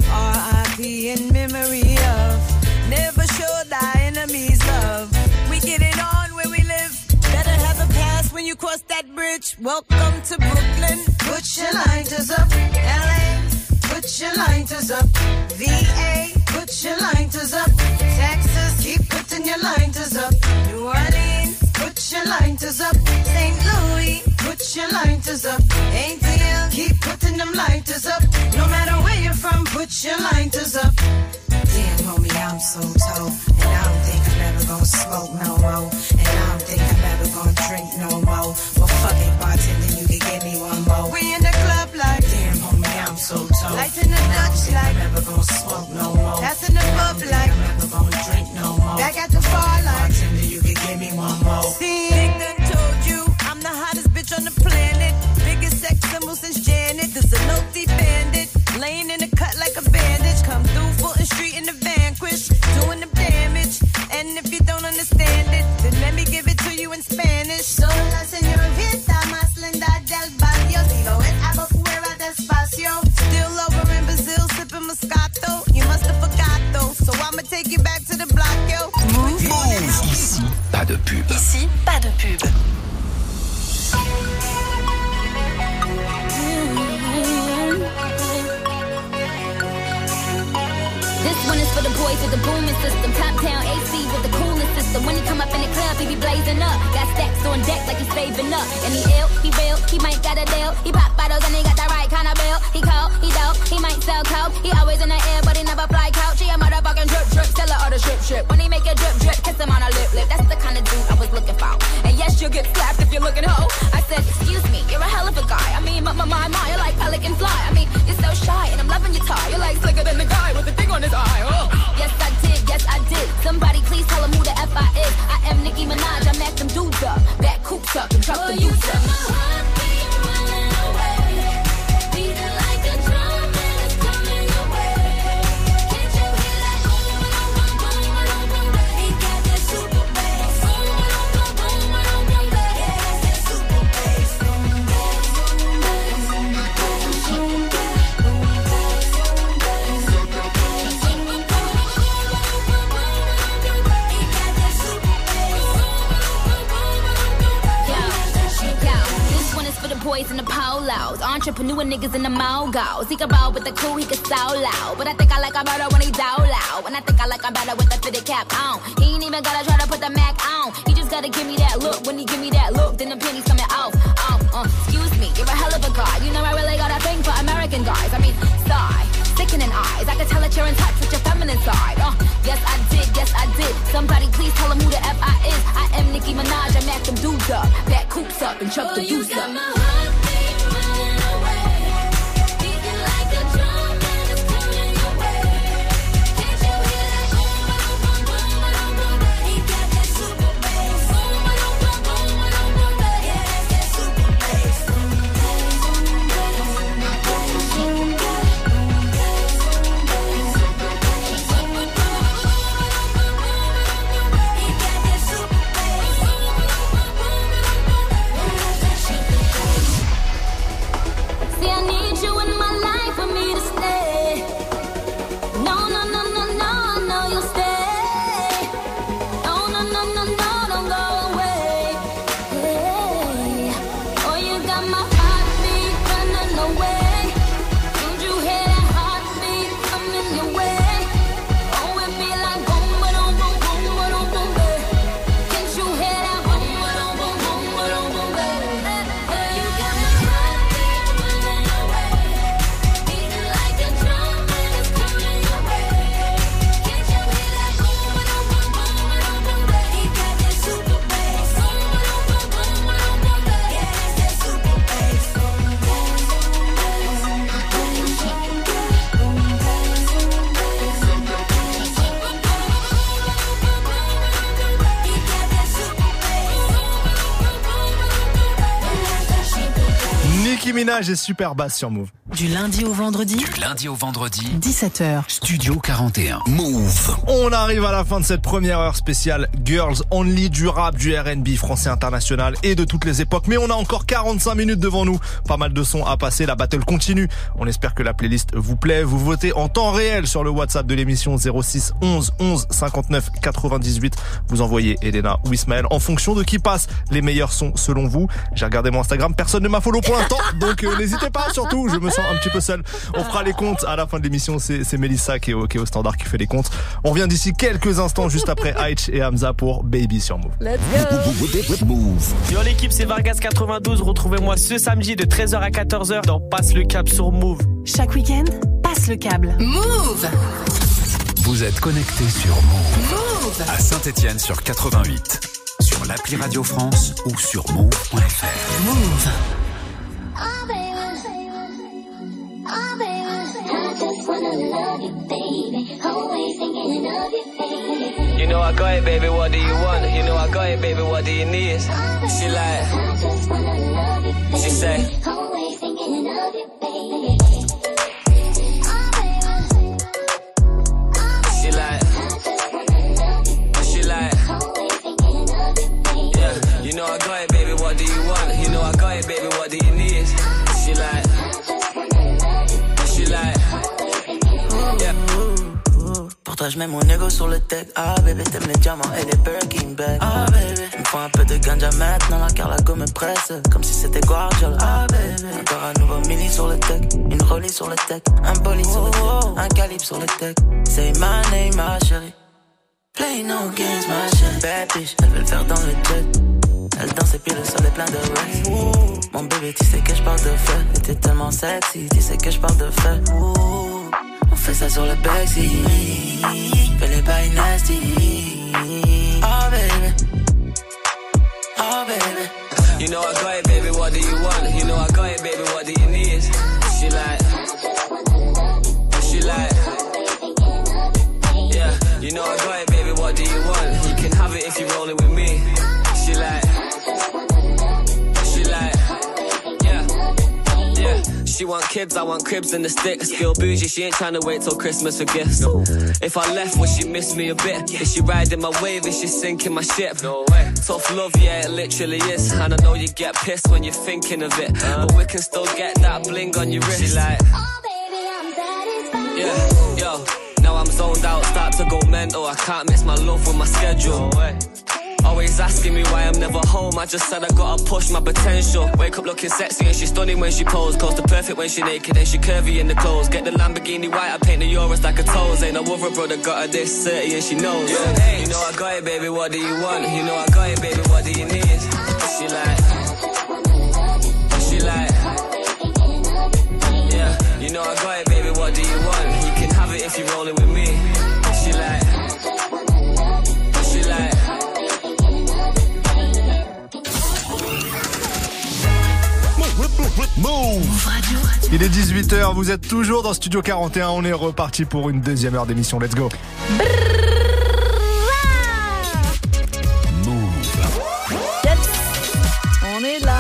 R.I.P. in memory of. Never show thy enemies love. We get it on where we live. Better have a pass when you cross that bridge. Welcome to Brooklyn. Put your lighters up. LA, put your lighters up. VA, put your lighters up. Texas, keep putting your lighters up. New Orleans, put your lighters up. St. Louis, put your lighters up. ATL, keep putting them lighters up. No matter where you're from, put your lighters up. Damn, homie, I'm so told. And I don't think I'm ever gonna smoke no more. And I don't think I'm ever gonna drink no more. Well, fuck it, bartender, you can give me one more. We in the club like, damn, homie, I'm so told. Lights in the Dutch like, I'm never gonna smoke no more. That's in the pub like, I'm never gonna drink no more. Back at the far like, bartender, you can give me one more. See, Big done told you, I'm the hottest bitch on the planet. Biggest sex symbol since Janet. This a no-thief bandit. Laying in the cut like a bandage. Come through Fulton Street in the Vanquish, doing the damage. And if you don't understand it, then boys with the booming system. Top down AC with the coolest system. When he come up in the club, he be blazing up. Got stacks on deck like he's saving up. And he ill, he real, he might got a deal. He pop bottles and he got the right kind of bill. He cold, he dope, he might sell coke. He always in the air, but he never fly couch. He a motherfucking drip drip, still a other drip. When he make a drip drip, kiss him on a lip. That's the kind of dude I was looking for. And yes, you'll get slapped if you're looking hoe. I said, excuse me, you're a hell of a guy. I mean, my, you're like pelican fly. I mean, you're so shy and I'm loving your tie. You're like slicker than the guy with the thing on his eye. Oh. Yes, I did. Somebody please tell him who the F I is. I am Nicki Minaj, I met them dudes up. Back coops up and truck the dudes up. Boys in the polos, entrepreneur niggas in the mogos. He can roll with the cool, he can so loud. But I think I like him better when he down loud. And I think I like him better with the fitted cap on. He ain't even gotta try to put the Mac on. He just gotta give me that look. When he give me that look, then the penny's coming off. Excuse me, you're a hell of a guy. You know I really got a thing for American guys. I mean, sigh, sickening eyes. I can tell that you're in touch with your feminine side. Yes I did. Somebody please tell him who the F I is. I am Nicki Minaj, I met them dudes up. Back coops up and chuck the youth up. Minaj est super basse sur Move. Du lundi au vendredi. 17h. Studio 41. Move. On arrive à la fin de cette première heure spéciale Girls Only, du rap, du R&B français international et de toutes les époques. Mais on a encore 45 minutes devant nous. Pas mal de sons à passer. La battle continue. On espère que la playlist vous plaît. Vous votez en temps réel sur le WhatsApp de l'émission 06 11 11 59 98. Vous envoyez Elena ou Ismaël en fonction de qui passe les meilleurs sons selon vous. J'ai regardé mon Instagram. Personne ne m'a follow pour l'instant. Donc n'hésitez pas, surtout, je me sens un petit peu seul. On fera les comptes à la fin de l'émission. C'est Mélissa qui est au standard qui fait les comptes. On revient d'ici quelques instants, juste après Aïch et Hamza pour Baby sur Move. Let's go. Move. Yo l'équipe, c'est Vargas 92. Retrouvez-moi ce samedi de 13h à 14h dans Passe le câble sur Move. Chaque week-end, passe le câble. Move. Vous êtes connectés sur Move. À Saint-Étienne sur 88. Sur l'appli Radio France ou sur move.fr. Move. Oh baby, I just wanna love you, baby. Always thinking of you, baby. You know I got it, baby. What do you want? You know I got it, baby. What do you need? She like, I just wanna love you, baby. She say, always thinking of you, baby. She like, she like, yeah. You know I got it, baby. What do you want? You know I got it, baby. What do you need? She like, she like, yeah. Pour toi toi je mets mon ego sur le deck. Ah bébé t'aimes les diamants et les Birkin bags. Ah bébé, il me faut un peu de ganja maintenant là car la go me presse. Comme si c'était Guardiola. Ah bébé, encore un nouveau mini sur le deck. Une rollie sur le deck, un bolide sur le deck, un calibre sur le deck. Say my name ma chérie. Play no games ma chérie. Bad bitch, elle veut le faire dans le jet. Elle danse et puis le sol est plein de rest. Mon bébé, tu sais que je parle de feu. Et t'es tellement sexy, tu sais que je parle de feu. On fait ça sur le backseat. Fais les bails nasty. Oh baby, oh baby. You know I got it, baby, what do you want? You know I got it, baby, what do you need? She like, yeah. You know I got it, baby, what do you want? You can have it if you're rolling with me. She like, yeah. She want kids, I want cribs and the sticks. Still bougie, she ain't tryna wait till Christmas for gifts. If I left, would she miss me a bit? Is she riding my wave? Is she sinking my ship? No way. Tough love, yeah, it literally is. And I know you get pissed when you're thinking of it, but we can still get that bling on your wrist. She like, oh baby, I'm satisfied. Yeah, yo, now I'm zoned out, start to go mental. I can't mix my love with my schedule. No way. Always asking me why I'm never home. I just said I gotta push my potential. Wake up looking sexy and she's stunning when she pose. Close to perfect when she naked and she curvy in the clothes. Get the Lamborghini white, I paint the Euros like a toes. Ain't no other brother got her this 30 and she knows. Yeah. You know I got it, baby, what do you want? You know I got it, baby, what do you need? She like, yeah. You know I got it, baby, what do you want? You can have it if you're rolling with me. She like, Move Radio. Il est 18h, vous êtes toujours dans Studio 41, on est reparti pour une deuxième heure d'émission, let's go. Move. Yes. On est là.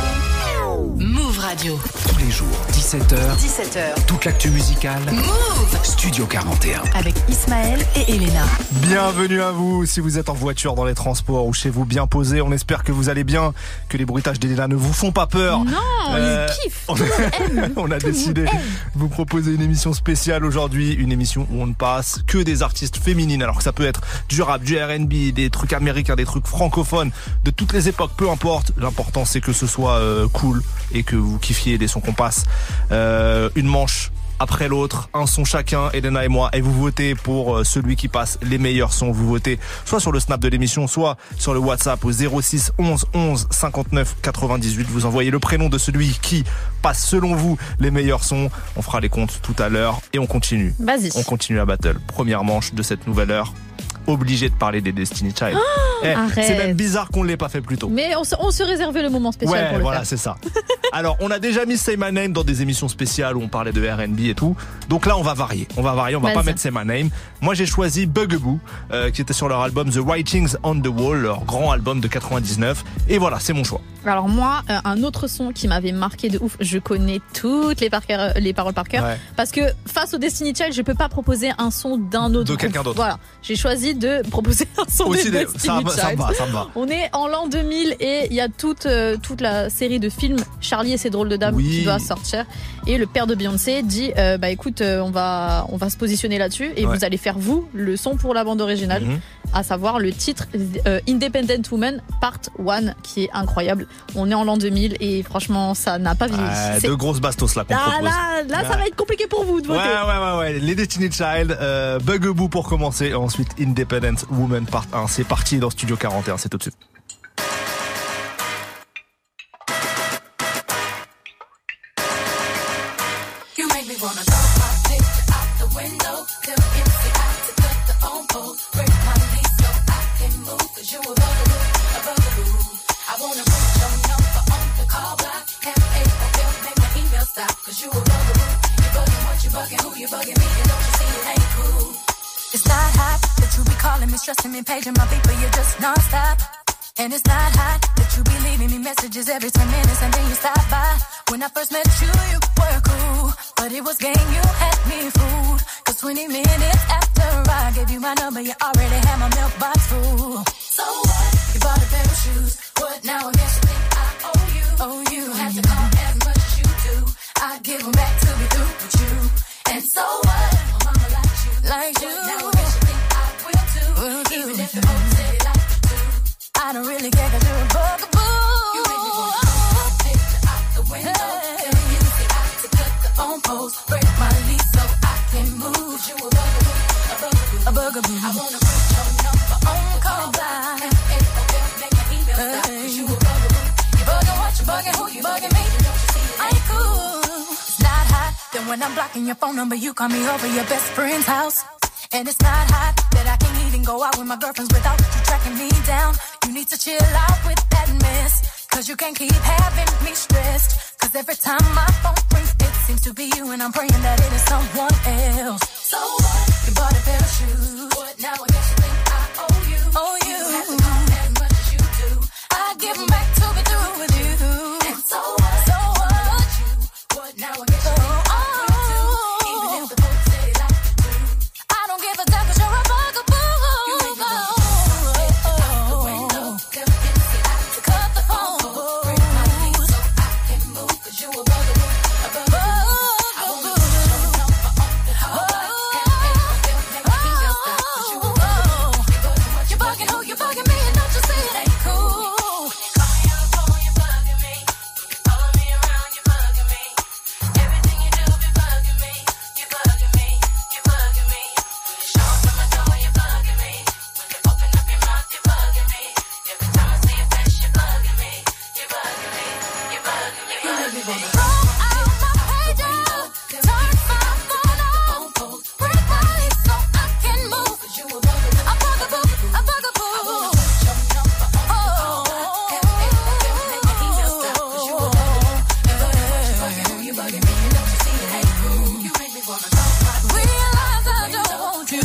Move Radio. Tous les jours, 17h. Toute l'actu musicale. Move Studio 41. Avec Ismaël et Elena. Bienvenue à vous, si vous êtes en voiture, dans les transports ou chez vous bien posé, on espère que vous allez bien, que les bruitages d'Elena ne vous font pas peur. Non, on kiffe. On a décidé de vous proposer une émission spéciale aujourd'hui, une émission où on ne passe que des artistes féminines, alors que ça peut être du rap, du R&B, des trucs américains, des trucs francophones, de toutes les époques, peu importe. L'important c'est que ce soit cool et que vous kiffiez les sons qu'on passe. Une manche après l'autre, un son chacun, Elena et moi, et vous votez pour celui qui passe les meilleurs sons. Vous votez soit sur le snap de l'émission, soit sur le WhatsApp au 06 11 11 59 98. Vous envoyez le prénom de celui qui passe selon vous les meilleurs sons. On fera les comptes tout à l'heure et on continue. Vas-y. On continue la battle. Première manche de cette nouvelle heure. Obligé de parler des Destiny Child. C'est même bizarre qu'on ne l'ait pas fait plus tôt. Mais on se réservait le moment spécial pour le faire. C'est ça. Alors, on a déjà mis Say My Name dans des émissions spéciales où on parlait de R&B et tout. Donc là, on va varier. On va pas mettre Say My Name. Moi, j'ai choisi Bugaboo, qui était sur leur album The Writings on the Wall, leur grand album de 99. Et voilà, c'est mon choix. Alors moi, un autre son qui m'avait marqué de ouf, je connais toutes les paroles par cœur, parce que face au Destiny Child, je peux pas proposer un son d'un autre. De quelqu'un d'autre. Voilà, j'ai choisi de proposer un son aussi de Destiny Child. Ça me va. On est en l'an 2000 et il y a toute la série de films Charlie et ses drôles de dames qui doit sortir. Et le père de Beyoncé dit, écoute, on va se positionner là-dessus et vous allez faire le son pour la bande originale, à savoir le titre Independent Woman Part 1 qui est incroyable. On est en l'an 2000 et franchement ça n'a pas vieilli. Deux grosses bastos là qu'on propose. Là ça va être compliqué pour vous de voter. Ouais. Les Destiny Child, Bugaboo pour commencer, et ensuite Independent Woman Part 1. C'est parti dans Studio 41, c'est tout de suite. You make me wanna throw my picture out the window, tell MC I to cut the phone pole, break my lease so I can move, 'cause you a bugaboo. I wanna put your number on the call block, have AOL, make my email stop, 'cause you a bugaboo. You bugging what you bugging, who you bugging me, and don't you see it ain't cool. It's not hot that you be calling me, stressing me, paging my beat, but you're just non-stop. And it's not hot that you be leaving me messages every 10 minutes and then you stop by. When I first met you, you were cool, but it was game, you had me fooled. 'Cause 20 minutes after I gave you my number, you already had my mailbox full. So what? You bought a pair of shoes. What now? I guess you think I owe you. You have to call as much as you do. I give them back to be through with you. And so what? My mama likes you. What now? I guess you pose, break my lease so I can move. You a bugaboo. I wanna put your number on call by. Make my email stop, 'cause you a bugaboo. You bugging what? You bugging who? You bugging me? I ain't cool. It's not hot. Then when I'm blocking your phone number, you call me over your best friend's house. And it's not hot that I can't even go out with my girlfriends without you tracking me down. You need to chill out with that mess, 'cause you can't keep having me stressed. 'Cause every time my phone rings, it seems to be you, and I'm praying that it is someone else. So what? You bought a pair of shoes. What now? I guess you think I owe you. Oh, you. You have to call as much as you do. I give them back to be through with you. And so what? So what? What now? I guess you think I owe you. Even if the folks say they like to do. I don't give a damn 'cause you're a bugaboo. You make me want to out the window. Cut the phone. Break my knees so I can move. 'Cause you a bugaboo. A bugaboo. I wanna put your number on the call. Make my email stop. 'Cause you a bugaboo. You bugging who? You bugging me? And don't you see it ain't cool? Call me on the phone, you bugging me. Follow me around, you bugging me. Everything you do be bugging me. You bugging me. You bugging me. Show up at my door, you bugging me. When you open up your mouth, you bugging me. Every time I see your face, you bugging me. You bugging me. You bugging me. You make me wanna roll out my pager, turn my phone on, break my lease so I can move. 'Cause you a bugaboo, a bugaboo, a bugaboo. I wanna put your number on the call. Make my email stop. 'Cause you a bugaboo. You bugging who? You bugging me. And don't you see it ain't cool? You make me wanna talk my realize I don't want you.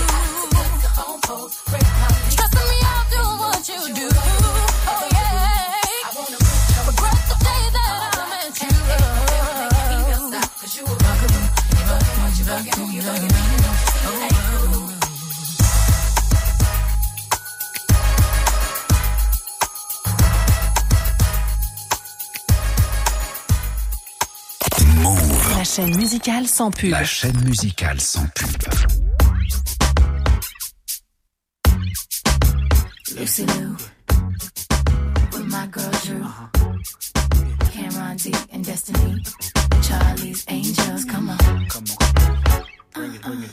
Stressing me out doing what you do. Oh yeah. I wanna regret the day that I met you. Make my email stop. 'Cause you a bugaboo. You bugging what? You bugging who? You bugging me. And don't you see it ain't cool? Move. La chaîne musicale sans pub. La chaîne musicale sans pub. Lucy Lou, with my girl Drew, Cameron D and Destiny, Charlie's Angels, come on. Bring it.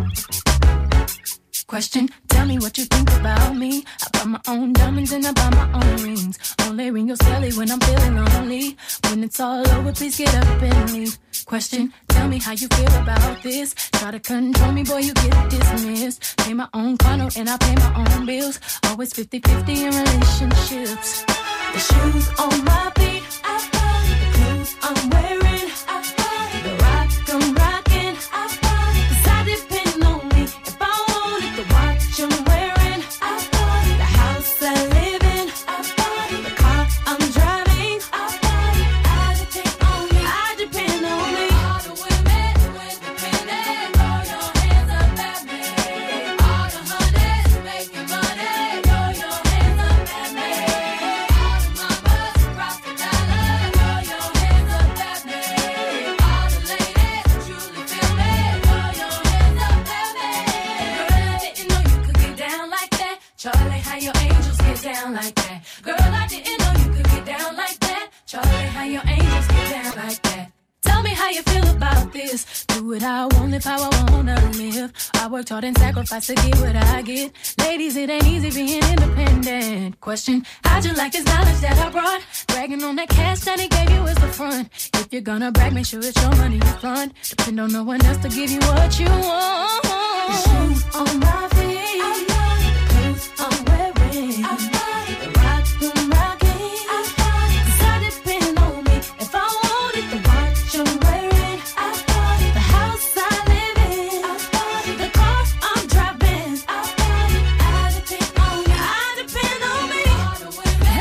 Question, tell me what you think about me. I buy my own diamonds and I buy my own rings. Only ring your celly when I'm feeling lonely. When it's all over, please get up and leave. Question, tell me how you feel about this. Try to control me, boy, you get dismissed. Pay my own condo and I pay my own bills. Always 50-50 in relationships. The shoes on my feet, I buy. The clothes I'm wearing, I buy. The rock I'm rocking, I buy. 'Cause I depend on me. If I wanted the watch I'm wearing, I buy. The house I live in, I buy. The car I'm driving, I buy. I depend on me. I depend on me. All the women who independent, throw your hands up at me. All the honeys making money, throw your hands up at me. All the mamas who rock the dollar, throw your hands up at me. All the ladies who truly feel me, throw your hands up at me. Girl, I didn't know you could get down like that. Charlie, how your angels get down like that. Girl, I didn't know you could get down like that. Charlie, how your angels get down like that. Tell me how you feel about this. Do what I want, live how I wanna live. I worked hard and sacrificed to get what I get. Ladies, it ain't easy being independent. Question, how'd you like this knowledge that I brought? Bragging on that cash that he gave you is the front. If you're gonna brag, make sure it's your money you front. Depend on no one else to give you what you want. The shoes on my feet, I buy. The clothes I'm wearing, I buy. The rock I'm rocking, I buy. 'Cause I depend on me. If I wanted the watch I'm wearing, I buy. The house I live in, I buy. The car I'm driving, I buy. I depend on me. I depend on me. All the women,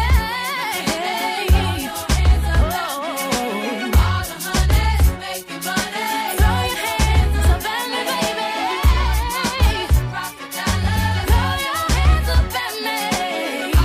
hey, throw your hands up at me. All the honeys making money, throw your hands up at me, baby. Rock the dollar, throw your hands up at me.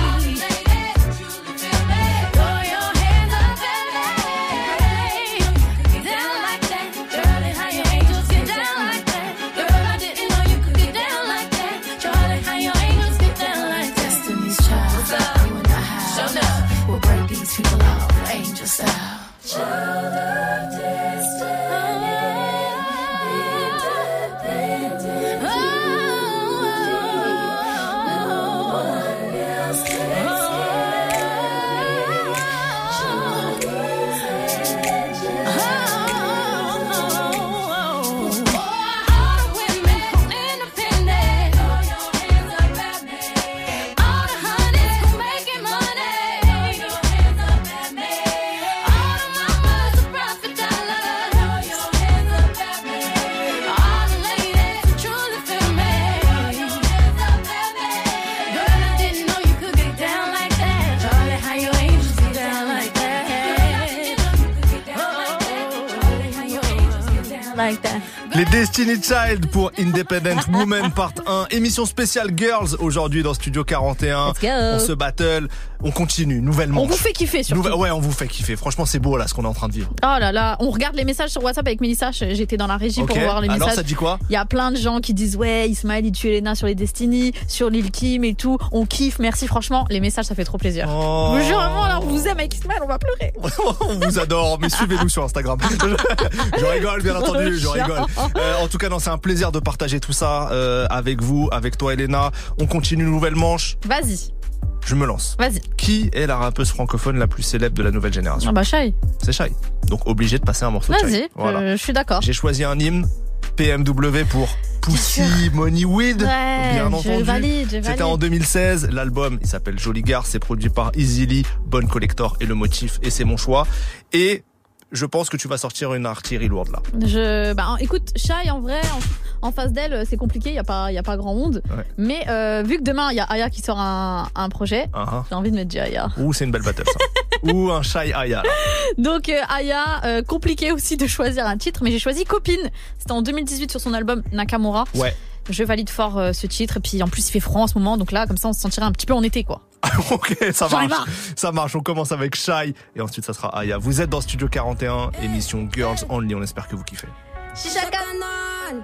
like that. Les Destiny Child pour Independent Woman Part 1. Émission spéciale Girls aujourd'hui dans Studio 41. Let's go. On se battle, on continue, nouvelle manche. On vous fait kiffer surtout. Ouais, on vous fait kiffer. Franchement, c'est beau là ce qu'on est en train de vivre. Oh là là, on regarde les messages sur WhatsApp avec Mélissa. J'étais dans la régie pour voir les messages. Alors ça dit quoi? Il y a plein de gens qui disent ouais, Ismaël il tue Elena sur les Destiny, sur Lil Kim et tout. On kiffe, merci franchement. Les messages ça fait trop plaisir. Oh. Je vous jure vraiment là, on vous aime avec Ismaël, on va pleurer. On vous adore, mais suivez-nous sur Instagram. Je rigole bien entendu, je rigole. En tout cas, non, c'est un plaisir de partager tout ça avec vous, avec toi Elena. On continue une nouvelle manche. Vas-y. Je me lance. Vas-y. Qui est la rappeuse francophone la plus célèbre de la nouvelle génération? Ah bah Shai. C'est Shai. Donc obligé de passer un morceau de Shai. Vas-y, voilà. Je suis d'accord. J'ai choisi un hymne PMW pour Pussy Money Weed. Ouais, bien entendu. Je valide. C'était en 2016. L'album, il s'appelle Jolie Gare. C'est produit par Easily, Bonne Collector et Le Motif. Et c'est mon choix. Et je pense que tu vas sortir une artillerie lourde là. Écoute, Shai en vrai, en face d'elle, c'est compliqué, il y a pas grand monde. Ouais. Mais vu que demain il y a Aya qui sort un projet, j'ai envie de mettre du Aya. Ouh, c'est une belle battle ça. Ou un Shai Aya. Donc Aya, compliqué aussi de choisir un titre, mais j'ai choisi Copine. C'était en 2018 sur son album Nakamura. Ouais. Je valide fort ce titre, et puis en plus il fait froid en ce moment, donc là comme ça on se sentirait un petit peu en été quoi. Ok, ça marche. On commence avec Shai et ensuite ça sera Aya. Vous êtes dans Studio 41, émission Girls Only. On espère que vous kiffez. Chicha Canal.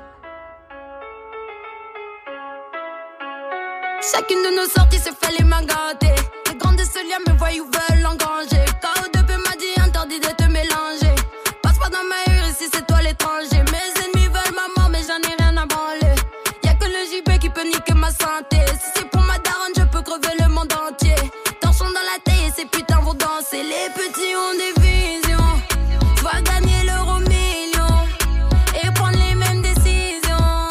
Chacune de nos sorties se fait les mains gâtées. Les grandes de ce lien me voient ou veulent engranger. KO2P m'a dit interdit de te mélanger. Passe pas dans ma rue ici c'est toi l'étranger. Mes ennemis veulent ma mort mais j'en ai rien à branler. Y'a que le JB qui peut niquer ma santé. Si c'est pour ma daronne je peux crever le monde entier. Torchons dans la taille et ces putains vont danser. Les petits ont des visions. Tu vas gagner l'euro million et prendre les mêmes décisions.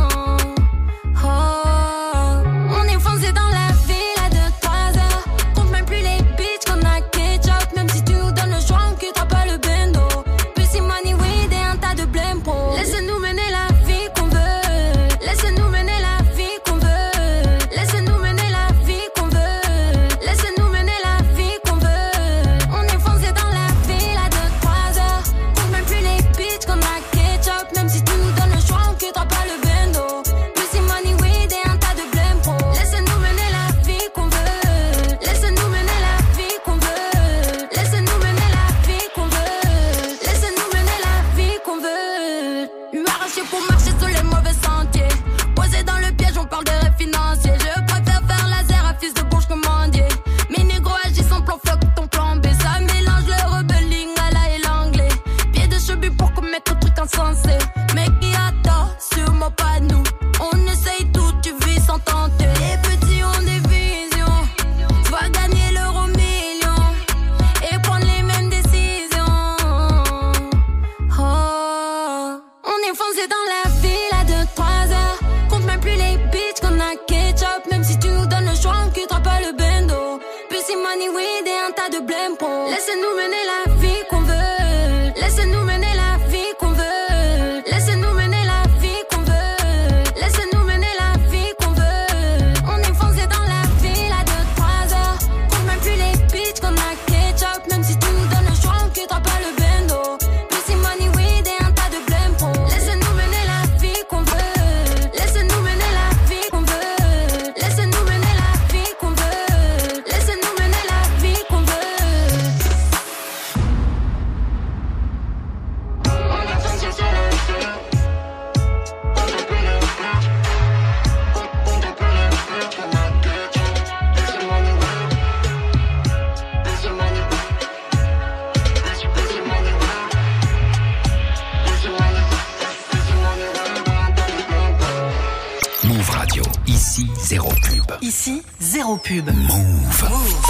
Oh, on est foncé dans la ville à 2-3 heures. Compte même plus les bitches qu'on a ketchup. Même si tu nous donnes le choix on quittera pas le bendo. Plus si money weed et un tas de blême pro. Laisse-nous mener la vie qu'on veut. Laisse-nous mener la vie qu'on veut. Laisse-nous mener la vie qu'on veut. Laisse-nous mener la vie qu'on veut. On est foncé dans la ville à 2-3 heures. Compte même plus les bitches qu'on a ketchup. Même si tu nous donnes le choix on quittera pas le bendo. Plus si money weed et un tas de blême pro. Laisse-nous mener la vie qu'on veut. Laisse-nous mener la vie qu'on veut. Laisse-nous mener la vie qu'on veut. Laisse-nous mener la vie qu'on veut. Lui arraché pour marcher sur les mauvais sentiers. Posé dans le piège, on parle de rêves financiers. Je préfère faire laser à fils de bouche commandier. Mes négros agissent en plan floc, ton plan B. Ça mélange le rebelling à la et l'anglais. Pied de cheveux pour commettre trucs insensés. Mec qui attend, sûrement pas nous. On essaye tout, tu vis sans tenter. Les petits ont des visions. Tu vas gagner l'euro million et prendre les mêmes décisions. Oh, on est foncé dans la ville à 2-3 heures. Compte même plus les bitches qu'on a ketchup. Même si tu nous donnes le choix, on quittera pas le bendo. Plus si money weed et un tas de blême pro. Laisse-nous mener la vie qu'on veut. Laisse-nous mener la vie qu'on veut. Laisse-nous mener la vie qu'on veut. Laisse-nous mener la vie qu'on veut. On est foncé dans la ville à 2-3 heures. Compte même plus les bitches qu'on a ketchup. Même si tu nous donnes le choix, on quittera pas le bendo. Plus si money weed et un tas de blême pro. Laisse-nous mener la vie qu'on veut. Laisse-nous mener la vie qu'on veut. Laisse-nous mener la vie qu'on veut. Laisse-nous mener la vie qu'on veut. Move Radio. Ici, zéro pub. Ici, zéro pub. Move.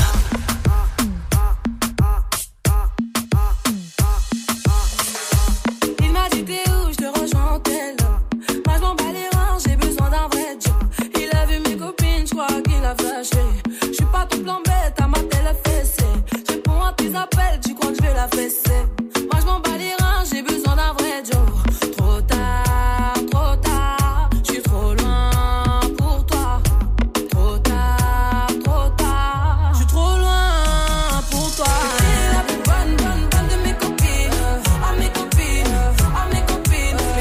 Il m'a dit t'es où, je te rejoins en tel. Moi je m'en bats les reins, j'ai besoin d'un vrai job. Il a vu mes copines, je crois qu'il a flashé. Je suis pas tout plan bête, à ma télé fessée. Je réponds à tes appels, tu crois que je vais la fesser. Moi je m'en bats les reins, j'ai besoin d'un vrai job. Trop tard, je suis trop loin pour toi. Trop tard, je suis trop loin pour toi. T'es la plus bonne de mes copines. À mes copines,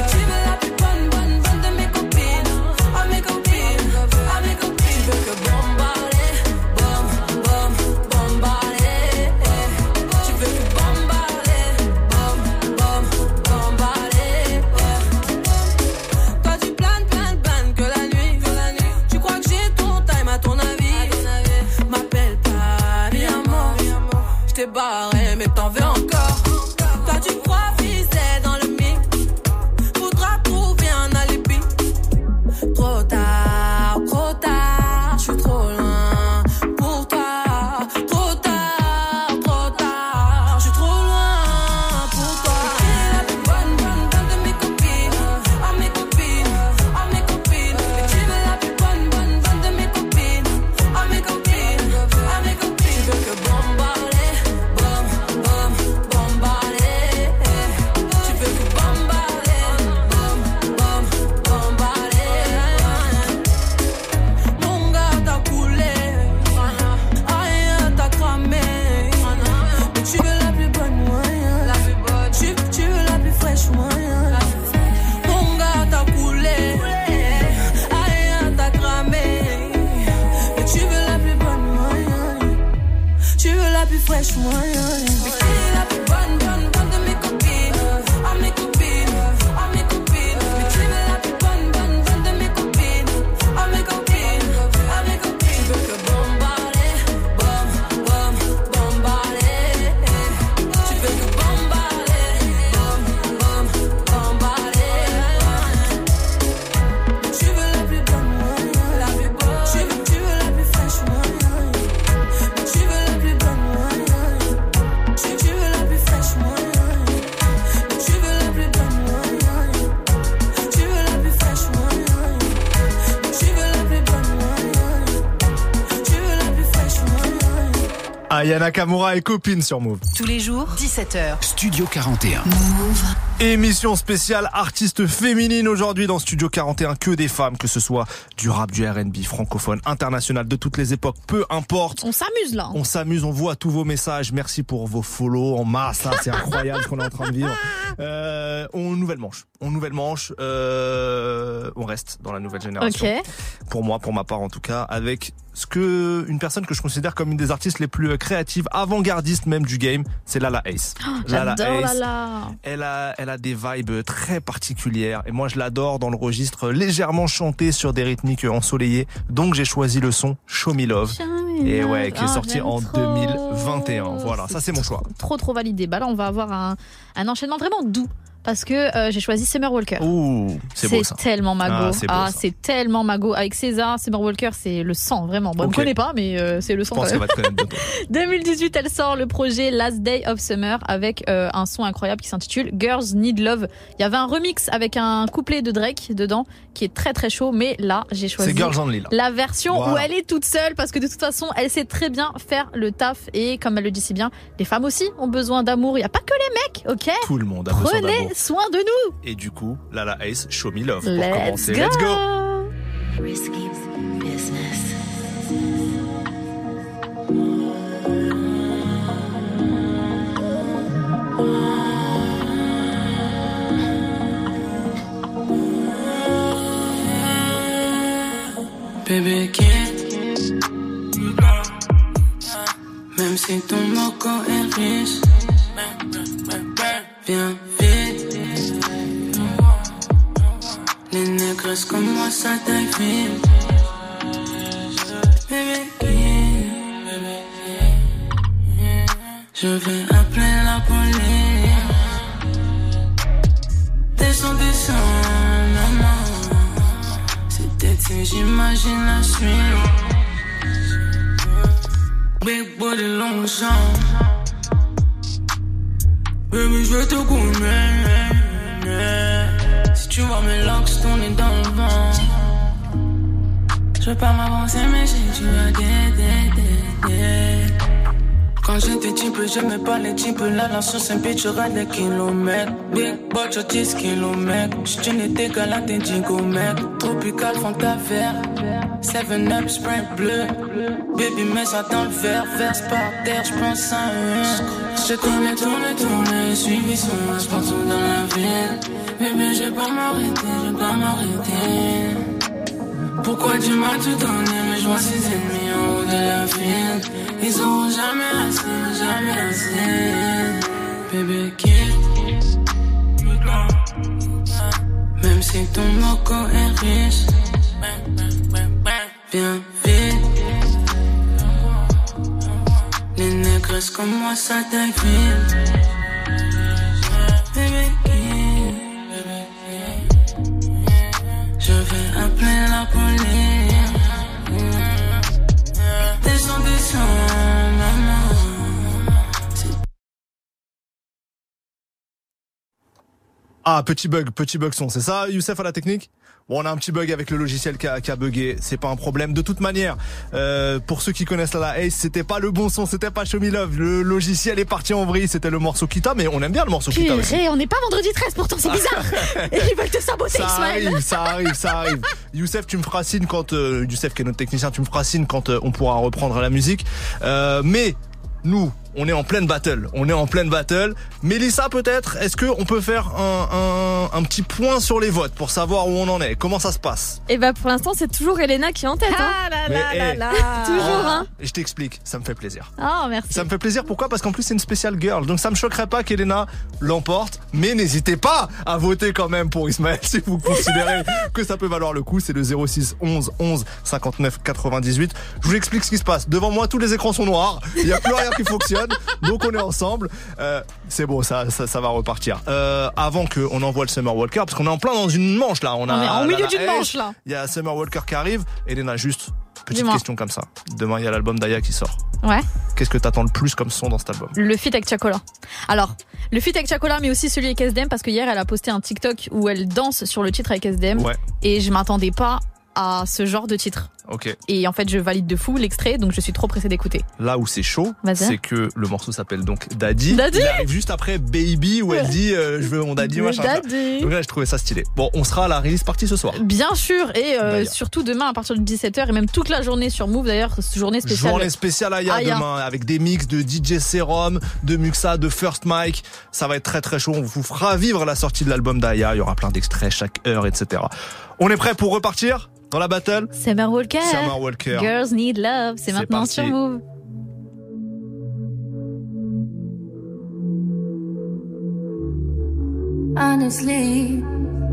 Aya Nakamura et copine sur Move. Tous les jours, 17h. Studio 41. Move. Émission spéciale artistes féminines aujourd'hui dans Studio 41. Que des femmes, que ce soit du rap, du R&B, francophone, international, de toutes les époques, peu importe. On s'amuse là. On s'amuse, on voit tous vos messages. Merci pour vos follow en masse. Hein, c'est incroyable ce qu'on est en train de vivre. Nouvelle manche. On reste dans la nouvelle génération. Okay. Pour moi, pour ma part en tout cas, avec une personne que je considère comme une des artistes les plus créatives, avant-gardistes même du game, c'est Lala Ace. J'adore Lala. Elle a des vibes très particulières et moi je l'adore dans le registre légèrement chanté sur des rythmiques ensoleillées. Donc j'ai choisi le son Show Me Love. Et ouais, qui est sorti en 2021. Voilà, ça c'est mon choix. Trop validé. Bah là on va avoir un enchaînement vraiment doux. Parce que j'ai choisi Summer Walker. Ouh, c'est beau ça. C'est tellement mago. C'est tellement mago. Avec César, Summer Walker, c'est le sang, vraiment. Bon, on me connaît pas, mais c'est le sang. Je pense qu'elle va te connaître bientôt. 2018, elle sort le projet Last Day of Summer avec un son incroyable qui s'intitule Girls Need Love. Il y avait un remix avec un couplet de Drake dedans qui est très chaud, mais là, j'ai choisi la version où elle est toute seule parce que de toute façon, elle sait très bien faire le taf et comme elle le dit si bien, les femmes aussi ont besoin d'amour. Il n'y a pas que les mecs, ok? Tout le monde a besoin d'amour. Prenez soin de nous. Et du coup, Lala Ace, Show Me Love pour Let's commencer. Go. Let's go. Risky business. Bébé quitte, même si ton moco est riche, viens vite. Les négresses comme moi ça t'affile. Bébé quitte, je vais appeler la police. Descends, maman. Si j'imagine la suite. Big body long jambes. Baby, je vais te connaître. Si tu vois mes locks tourner dans le vent. Je veux pas m'avancer, mais j'ai dû aider. Quand j'étais type, j'aimais pas les types. Là, la sauce, un pitch, rade les kilomètres. Big botch, 10 kilomètres. J'suis une été qu'elle a tes gigomètres. Tropical, Fanta vert. 7-Up, Sprint bleu. Baby, mets ça dans le verre. Verse par terre, j'pense à un. J'ai tourné, suivi son masque partout dans la ville. Baby, je vais pas m'arrêter. Pourquoi tu m'as tout donné, mais je vois ses ennemis en haut de la file. Ils auront jamais assez. Bébé quitte. Même si ton moco est riche, viens vite. Les négresses comme moi ça t'affile. Bébé quitte. Je vais appeler la police. Descends, maman. Ah, petit bug son, c'est ça, Youssef, à la technique? Bon, on a un petit bug avec le logiciel qui a bugué, c'est pas un problème. De toute manière, pour ceux qui connaissent Lala Ace, c'était pas le bon son, c'était pas Show Me Love. Le logiciel est parti en vrille, c'était le morceau Kita, mais on aime bien le morceau Kita aussi. On n'est pas vendredi 13 pourtant, c'est bizarre. Et ils veulent te saboter, Ismaël. Ça arrive. Youssef, tu me feras signe quand, Youssef qui est notre technicien, tu me feras signe quand on pourra reprendre la musique. Mais, nous, on est en pleine battle. Mélissa, peut-être, est-ce que on peut faire un petit point sur les votes pour savoir où on en est? Comment ça se passe? Et bah pour l'instant c'est toujours Elena qui est en tête. Ah là. Toujours hein. Je t'explique, ça me fait plaisir. Oh merci. Ça me fait plaisir, pourquoi? Parce qu'en plus c'est une spéciale girl, donc ça me choquerait pas qu'Elena l'emporte, mais n'hésitez pas à voter quand même pour Ismaël si vous considérez que ça peut valoir le coup. C'est le 06 11 11 59 98. Je vous explique ce qui se passe. Devant moi tous les écrans sont noirs, il y a plus rien qui fonctionne. Donc on est ensemble, c'est bon, ça va repartir. Avant qu'on envoie le Summer Walker, parce qu'on est en plein dans une manche là, on est en milieu d'une manche là. Il y a Summer Walker qui arrive. Elena, juste petite question comme ça. Demain il y a l'album d'Aya qui sort. Ouais. Qu'est-ce que t'attends le plus comme son dans cet album? Le feat avec Chacola. Alors, le feat avec Chacola, mais aussi celui avec SDM, parce que hier elle a posté un TikTok où elle danse sur le titre avec SDM. Ouais. Et je m'attendais pas à ce genre de titre. Ok. Et en fait, je valide de fou l'extrait, donc je suis trop pressée d'écouter. Là où c'est chaud, Vas-y. c'est que le morceau s'appelle donc Daddy. Daddy. Il arrive juste après Baby où elle dit je veux mon daddy, machin. Daddy. Donc là, j'ai trouvé ça stylé. Bon, on sera à la release party ce soir. Bien sûr, et surtout demain à partir de 17h et même toute la journée sur Move d'ailleurs, journée spéciale. Journée spéciale Aya demain avec des mix de DJ Serum, de Muxa, de First Mike. Ça va être très très chaud. On vous fera vivre la sortie de l'album d'Aya. Il y aura plein d'extraits chaque heure, etc. On est prêt pour repartir dans la battle? Summer Walker. Girls Need Love. C'est maintenant parti. sur Move. Honestly,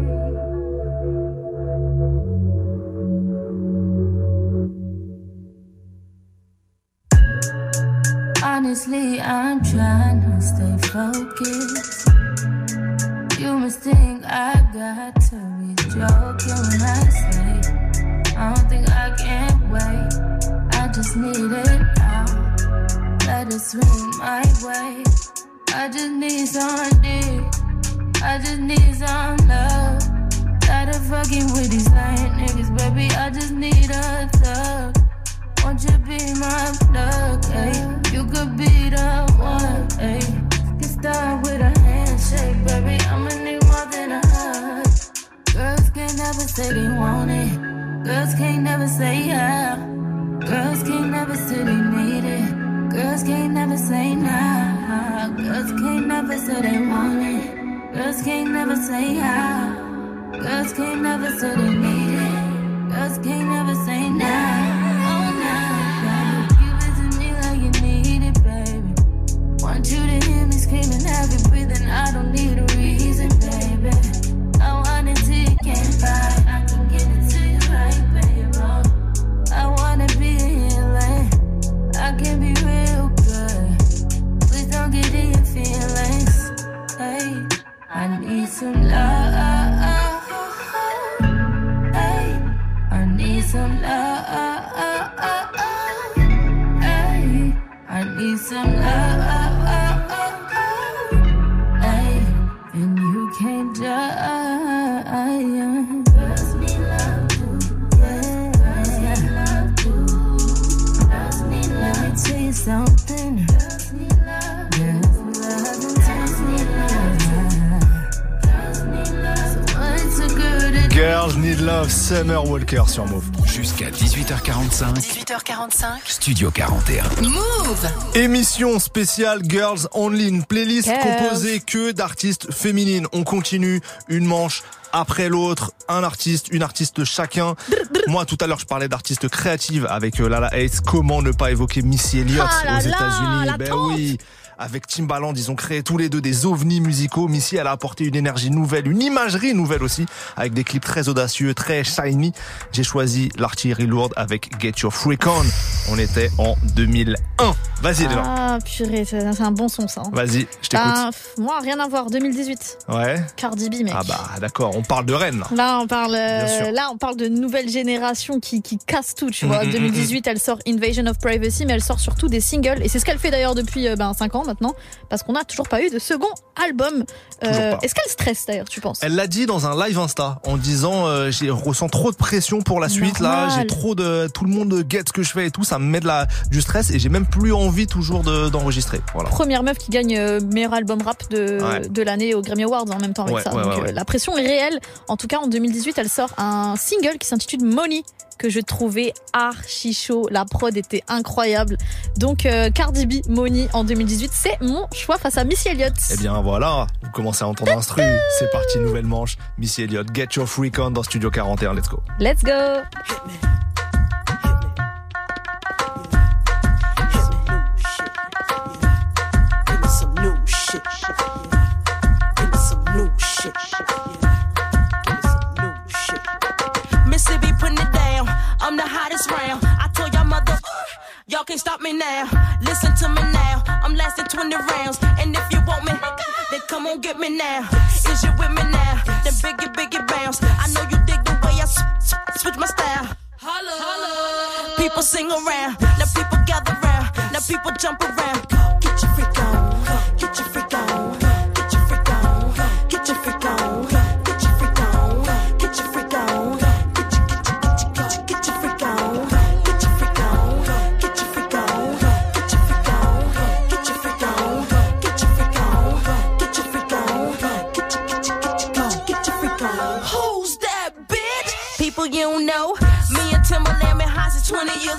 I'm trying to stay focused. You must think I got to be joking when I say I don't think I can wait. I just need it out. Let it swing my way. I just need some dick. I just need some love. Tired of fucking with these lying niggas, baby. I just need a thug. Won't you be my plug, ayy? You could be the one, ayy. Get started with a handshake, baby. I'ma need more than a hug. Girls can't never say they want it. Girls can't never say yeah. Girls can't never say they need it. Girls can't never say nah. Girls can't never say they want it. Girls can't never say yeah. Girls can't never say they need it. Girls can't never say nah. Oh nah, give it to me like you need it, baby. Want you to hear me screaming, heavy breathing. I don't need a reason, baby. I want it till you can't buy. I can get it to you right, baby. I wanna be a healer. I can be real good. Please don't get in your feelings. Hey, I need some love. Hey, I need some love. Hey, I need some love. Hey, and you can't judge. Girls need love too. Yeah, girls need love too. Girls need love. Let me tell you something. Girls need love. Girls need love. Girls need love. Girls Need Love, Summer Walker sur Move. Jusqu'à 18h45. 18h45. Studio 41. Move. Émission spéciale Girls Only, une playlist Girls. composée que d'artistes féminines. On continue une manche après l'autre, un artiste, une artiste chacun. Moi, tout à l'heure, je parlais d'artistes créatives avec Lala Hates. Comment ne pas évoquer Missy Elliott aux États-Unis? Ben oui. Avec Timbaland, ils ont créé tous les deux des ovnis musicaux. Missy, elle a apporté une énergie nouvelle, une imagerie nouvelle aussi, avec des clips très audacieux, très shiny. J'ai choisi l'artillerie lourde avec Get Your Freak On. On était en 2001. Vas-y, Léna. Ah, purée, c'est un bon son, ça. Vas-y, je t'écoute. Moi, rien à voir. 2018. Ouais. Cardi B, mec. Ah bah, d'accord. On parle de reine, là. Là, on parle de nouvelle génération qui casse tout, tu vois. 2018, elle sort Invasion of Privacy, mais elle sort surtout des singles. Et c'est ce qu'elle fait d'ailleurs depuis 5 ans maintenant, parce qu'on n'a toujours pas eu de second album. Est-ce qu'elle stresse d'ailleurs, tu penses? Elle l'a dit dans un live Insta en disant j'ai ressens trop de pression pour la suite. Normal. Là, j'ai trop de tout le monde guette ce que je fais et tout, ça me met du stress et j'ai même plus envie toujours d'enregistrer. Voilà. Première meuf qui gagne meilleur album rap de l'année aux Grammy Awards en même temps avec ça. Donc, la pression est réelle. En tout cas, en 2018, elle sort un single qui s'intitule Money, que je trouvais archi chaud. La prod était incroyable. Donc Cardi B, Money en 2018, c'est mon choix face à Missy Elliott. Eh bien voilà, vous commencez à entendre l'instru. C'est parti, nouvelle manche. Missy Elliott, Get Your Freak On dans Studio 41. Let's go. Let's go. Mississippi putting it down. I'm the hottest round. I told y'all mother, y'all can't stop me now. Listen to me now. I'm lasting 20 rounds. And if you want me, then come on get me now. Is you with me now? Then biggie bounce. I know you dig the way I switch my style. Holla, holla. People sing around. Now people gather round. Now people jump around. Get your freak on. Get your freak on. Get your freak on. Get your freak on. Get your freak on. Get your freak on. Get your freak on.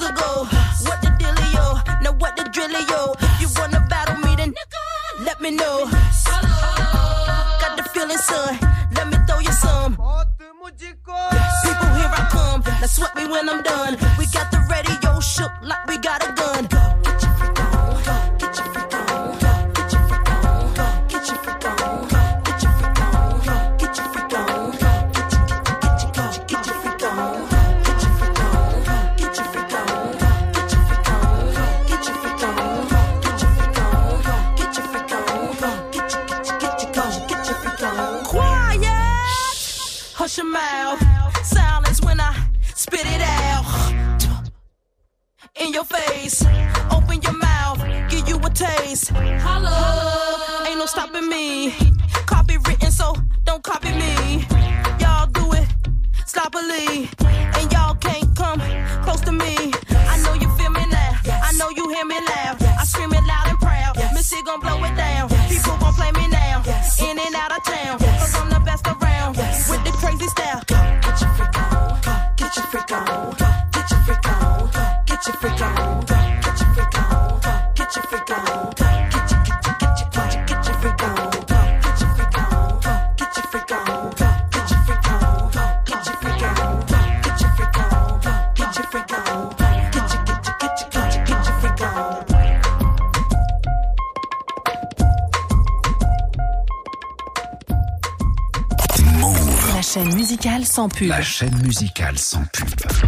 years ago. What the dealio? Now what the drillio? If you wanna battle me, then let me know. Got the feeling, son. Let me throw you some. People, here I come. Now sweat me when I'm done. We got the radio shook like we got a gun. Get your freak on. Get your freak on. Get your freak on. Get your freak on. Get your freak on. Get your freak on. Get your freak on. Get your freak on. Get your freak on. Get your freak on. Get your freak on. Get your freak on. Get your freak on. Get your freak on. Quiet. Hush your mouth. Silence when I spit it out. In your face. Open your mouth. Give you a taste. Holla. Ain't no stopping me. Copywritten, so don't copy me. Y'all do it sloppily. And y'all can't come close to me. I know you feel me now. I know you hear me loud. I scream it loud and proud. Missy gon' blow it down. People gon' play me now. In and out of town. Cause I'm the best around. With the crazy style. Get your freak on. Get your freak on. Get your freak on. Get your freak on. Get your freak on. Get your freak on. Get your freak on. Get your freak on. Get your freak on. Get your freak on. Get your freak on. Get your freak on. Get your freak on. Get your freak on. Get your freak on. Move. La chaîne musicale sans pub. La chaîne musicale sans pub.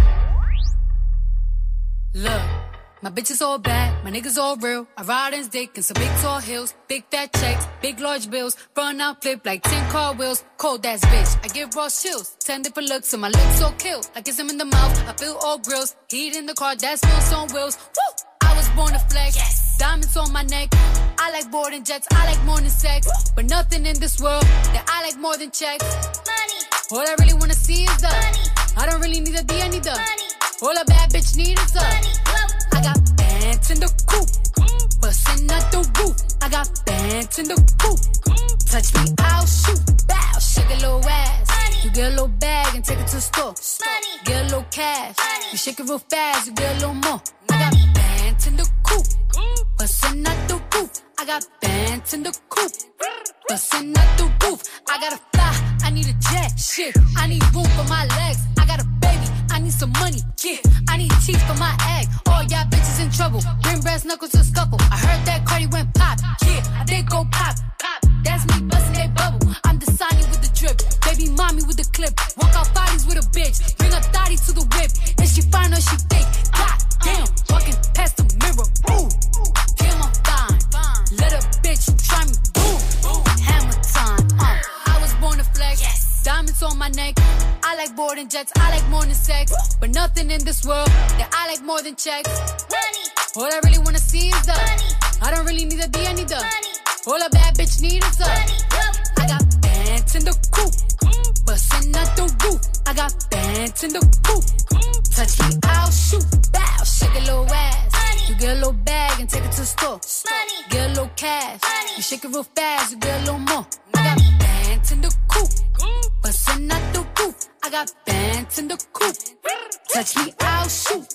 Look, my bitches all bad, my niggas all real. I ride in dick in some big tall hills, big fat checks, big large bills. Run out, flip like 10 car wheels. Cold ass bitch, I give raw chills. 10 different looks and my lips so kill. I kiss him in the mouth, I feel all grills. Heat in the car, that's wheels on wheels. Woo! I was born to flex, yes. Diamonds on my neck. I like boarding jets, I like more than sex. But nothing in this world that I like more than checks. Money. All I really wanna see is the money. I don't really need a D, I need the money. All a bad bitch need is the money. I got bands in the coop, bustin' out the roof. I got bands in the coop. Touch me, I'll shoot. Bow, shake a little ass. Money. You get a little bag and take it to the store. Money. Get a little cash. Money. You shake it real fast, you get a little more. Money. I got bands in the coop, bustin' out the roof. I got bands in the coop, bustin' out the roof. I gotta fly, I need a jet. Shit, I need room for my legs. I got a baby, I need some money. Yeah, I need teeth for my egg. All y'all bitches in trouble. Bring brass knuckles to scuffle. I heard that Cardi went pop. Yeah, I did go pop. Pop. That's me bustin' that bubble. I'm the Sonny with the drip. Baby mommy with the clip. Walk out bodies with a bitch. Bring a thotty to the whip. And she fine or she thick. God damn, walking past the mirror. Ooh, damn, I'm fine. Let a bitch try me. Boom, hammer time. I was born to flex. Yes. Diamonds on my neck. I like boarding jets. I like more than sex. But nothing in this world that I like more than checks. Money. All I really wanna see is the money. I don't really need a D, I need the money. All a bad bitch need is the money. I got bands in the coop, bustin' out the roof. I got bands in the coop. Touch me, I'll shoot. Bow, shake a little ass. Money. You get a little bag and take it to the store. Money. Get a little cash. Money. You shake it real fast, you get a little more. Money. I got bands in the coop, bustin' out the roof. I got bands in the coop. Touch me, I'll shoot.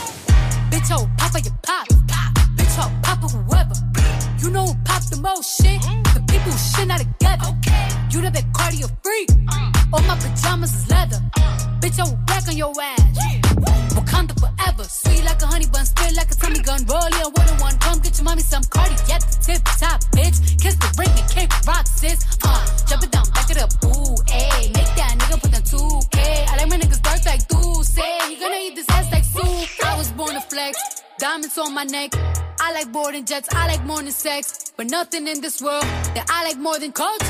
Bitch, oh, papa, you pop. Bitch, oh, papa, whoever. You know who pop the most shit? The people who shit not together. Okay. You know that cardio freak. All my pajamas is leather. Bitch, I will back on your ass. Wakanda forever. Sweet like a honey bun, spit like a Tommy gun. Roll in one on one. Come get your mommy some Cardi at the tip top, bitch. Kiss the ring and kick rock, sis. Jump it down, back it up. Ooh, ayy. Make that nigga put down 2K. I like my niggas dark like say he gonna eat this ass like soup. I was born to flex. Diamonds on my neck. I like boarding jets, I like more than sex. But nothing in this world that I like more than culture.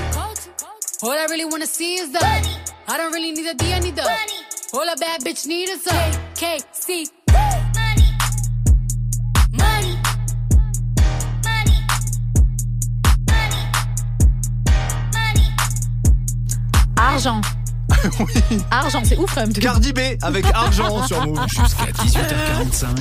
All I really wanna see is the money. I don't really need a D, I need the money. All a bad bitch need is the KC. Money. Money. Money. Money. Argent. Oui. Argent, c'est ouf quand même. Cardi B avec Argent sur Move. Jusqu'à 18h45.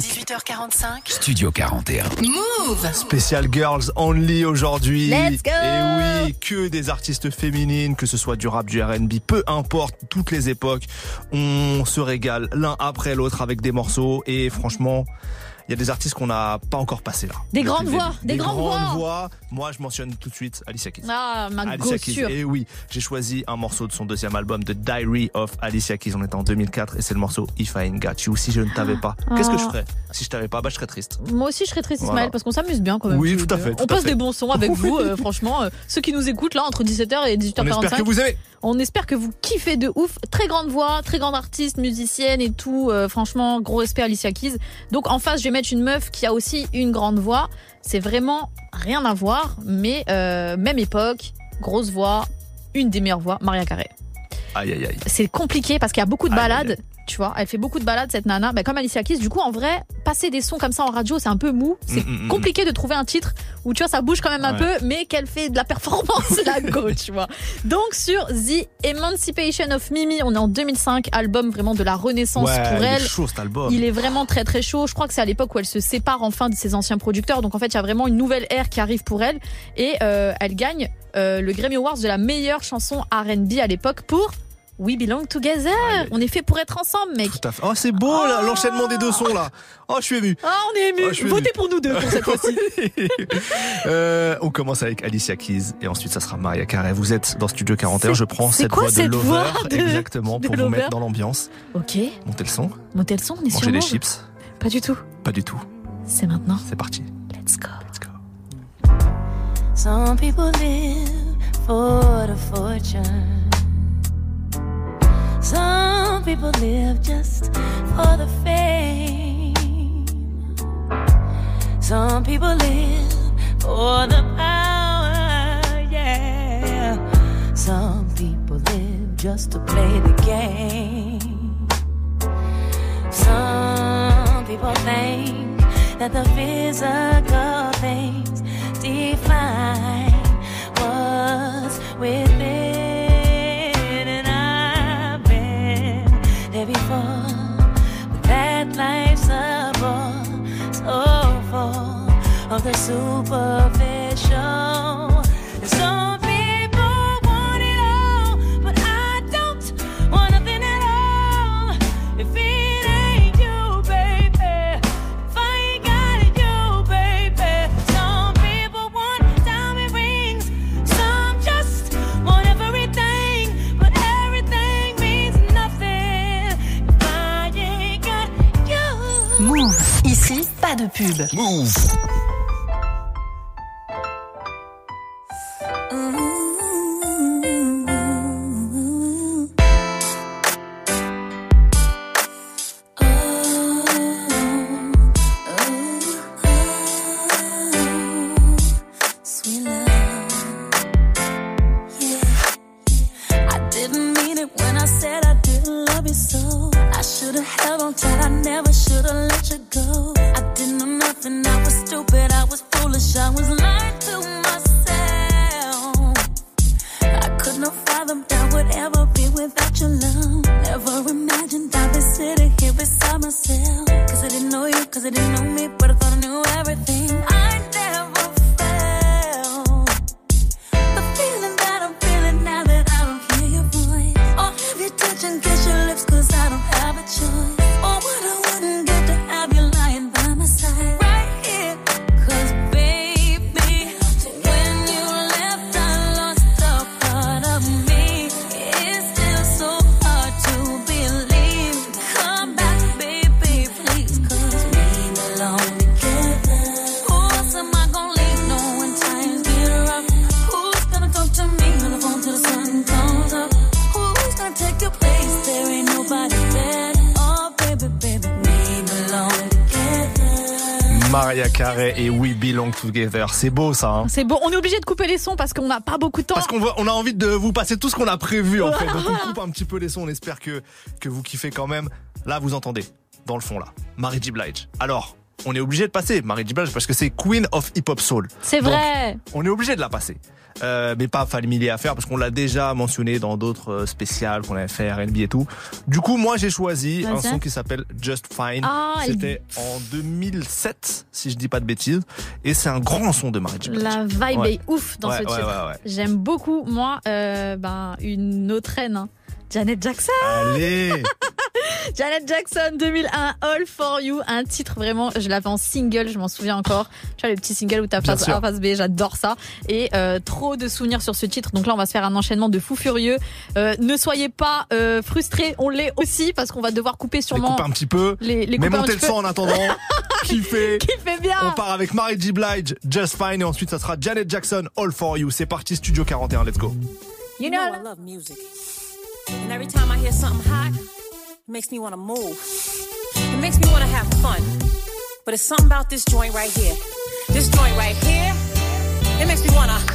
18h45. Studio 41. Move. Spécial Girls Only aujourd'hui. Let's go. Et oui, oui, que des artistes féminines, que ce soit du rap, du R&B, peu importe, toutes les époques, on se régale l'un après l'autre avec des morceaux et franchement, il y a des artistes qu'on n'a pas encore passés là. Des grandes voix, des grandes voix. Moi, je mentionne tout de suite Alicia Keys. Ah, ma Alicia Keys. Et oui, j'ai choisi un morceau de son deuxième album, The Diary of Alicia Keys. On était en 2004 et c'est le morceau If I Ain't Got You. Si je ne t'avais pas, qu'est-ce que je ferais? Si je t'avais pas, je serais triste. Moi aussi, je serais triste, Ismaël, parce qu'on s'amuse bien quand même. Oui, tout à fait. On passe des bons sons avec vous, franchement. Ceux qui nous écoutent là, entre 17h et 18h45. On espère que vous aimez. On espère que vous kiffez de ouf. Très grande voix, très grande artiste, musicienne et tout. Franchement, gros respect à Alicia Keys. Donc en face, je vais mettre une meuf qui a aussi une grande voix. C'est vraiment rien à voir, mais même époque, grosse voix, une des meilleures voix, Mariah Carey. Aïe, aïe, aïe. C'est compliqué parce qu'il y a beaucoup de ballades. Tu vois, elle fait beaucoup de ballades, cette nana, comme Alicia Keys. Du coup, en vrai, passer des sons comme ça en radio, c'est un peu mou. C'est compliqué de trouver un titre où, tu vois, ça bouge quand même un peu, mais qu'elle fait de la performance, la go, tu vois. Donc, sur The Emancipation of Mimi, on est en 2005, album vraiment de la renaissance pour elle. Il est chaud, cet album. Il est vraiment très, très chaud. Je crois que c'est à l'époque où elle se sépare enfin de ses anciens producteurs. Donc, en fait, il y a vraiment une nouvelle ère qui arrive pour elle. Et elle gagne le Grammy Awards de la meilleure chanson R&B à l'époque pour We Belong Together. On est fait pour être ensemble, mec. Tout à fait. Oh, c'est beau, là, l'enchaînement des deux sons, là. Oh, je suis ému. Oh, on est ému. Votez pour nous deux pour cette fois-ci. On commence avec Alicia Keys et ensuite ça sera Mariah Carey. Vous êtes dans Studio 41. Je prends cette voix de Lover, exactement, pour vous mettre dans l'ambiance. Ok. Montez le son. Montez le son, on est sur Mangez des chips. Pas du tout. Pas du tout. C'est maintenant. C'est parti. Let's go. Let's go. Some people live for the fortune. Some people live just for the fame. Some people live for the power, yeah. Some people live just to play the game. Some people think that the physical things define what's within. Before, but that life's a bore, so full of the superficial. And some people want it all, but I don't want nothing at all. If it ain't you, baby, if I ain't got it, you, baby. Some people want diamond rings, some just want everything, but everything means nothing. Move. Ici, pas de pub. Move. Mariah Carey et We Belong Together. C'est beau ça, hein. C'est beau. On est obligé de couper les sons parce qu'on n'a pas beaucoup de temps. Parce qu'on a envie de vous passer tout ce qu'on a prévu en fait. Donc on coupe un petit peu les sons. On espère que vous kiffez quand même. Là, vous entendez, dans le fond là, Mary J. Blige. Alors, on est obligé de passer Mary J. Blige parce que c'est Queen of Hip Hop Soul. C'est vrai. On est obligé de la passer. Mais pas familier à faire parce qu'on l'a déjà mentionné dans d'autres spéciales qu'on avait fait R&B et tout. Du coup, moi j'ai choisi un son qui s'appelle Just Fine. C'était en 2007 si je dis pas de bêtises et c'est un grand son de Mary J. Blige. La vibe est ouf dans ce titre. Ouais. J'aime beaucoup moi une autre reine, hein. Janet Jackson. Allez. Janet Jackson 2001 All For You, un titre vraiment, je l'avais en single, je m'en souviens encore. Tu vois le petit single où t'as face A, face B, j'adore ça. Et trop de souvenirs sur ce titre. Donc là on va se faire un enchaînement de fous furieux. Ne soyez pas frustrés, on l'est aussi parce qu'on va devoir couper sûrement. Les couper un petit peu. Mais montez le son en attendant. Kiffez bien. On part avec Mary J. Blige, Just Fine et ensuite ça sera Janet Jackson All For You. C'est parti Studio 41, let's go. You know I love music. And every time I hear something hot, it makes me want to move. It makes me want to have fun. But it's something about this joint right here. This joint right here, it makes me want to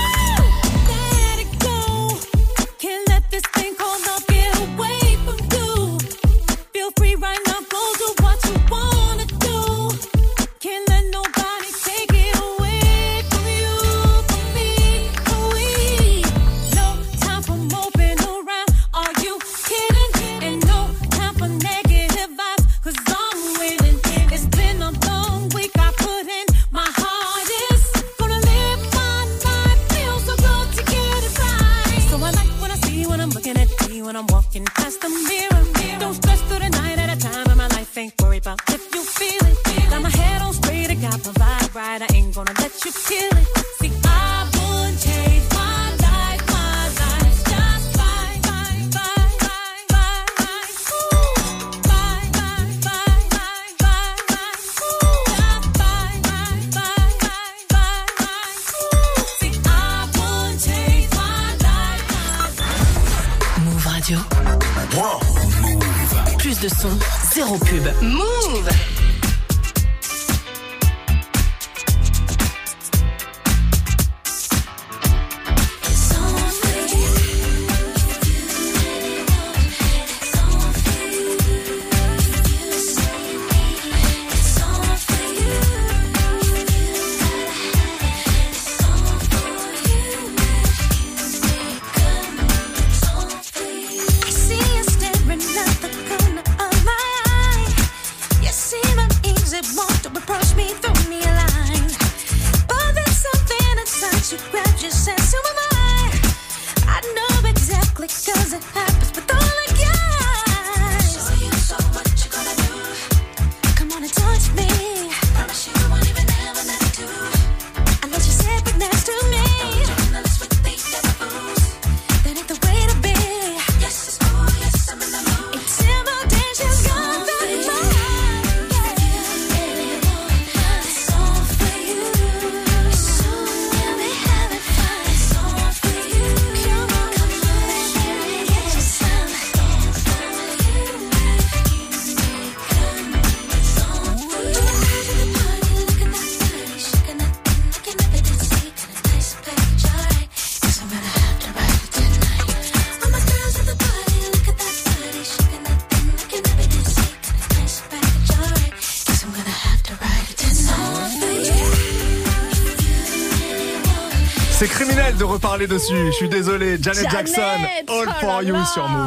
let it go. Can't let this thing called love get away from you. Feel free right now, go do what you want to do. Can't let nobody take it away from you, from me, from we. No time for moping around. Are you kidding? And no time for negative vibes, 'cause I'm winning. It's been a long week, I put in my hardest. Gonna live my life, feel so good to get it right. So I like what I see when I'm looking at me, when I'm walking past the mirror. Don't stress through the night at a time in my life, ain't worried about if you feel it. Got my head on straight, I got my vibe right, I ain't gonna let you kill it. See, I wouldn't change my life, just fine, fine, fine, fine, fine, fine, ooh, fine, fine, fine, fine, fine, fine, ooh, just fine, fine, fine, fine, fine, fine, ooh. See, I wouldn't change my life. Move Radio. Plus de son, zéro pub. Move. C'est criminel de reparler dessus. Je suis désolé. Janet Jackson, All For You sur Move.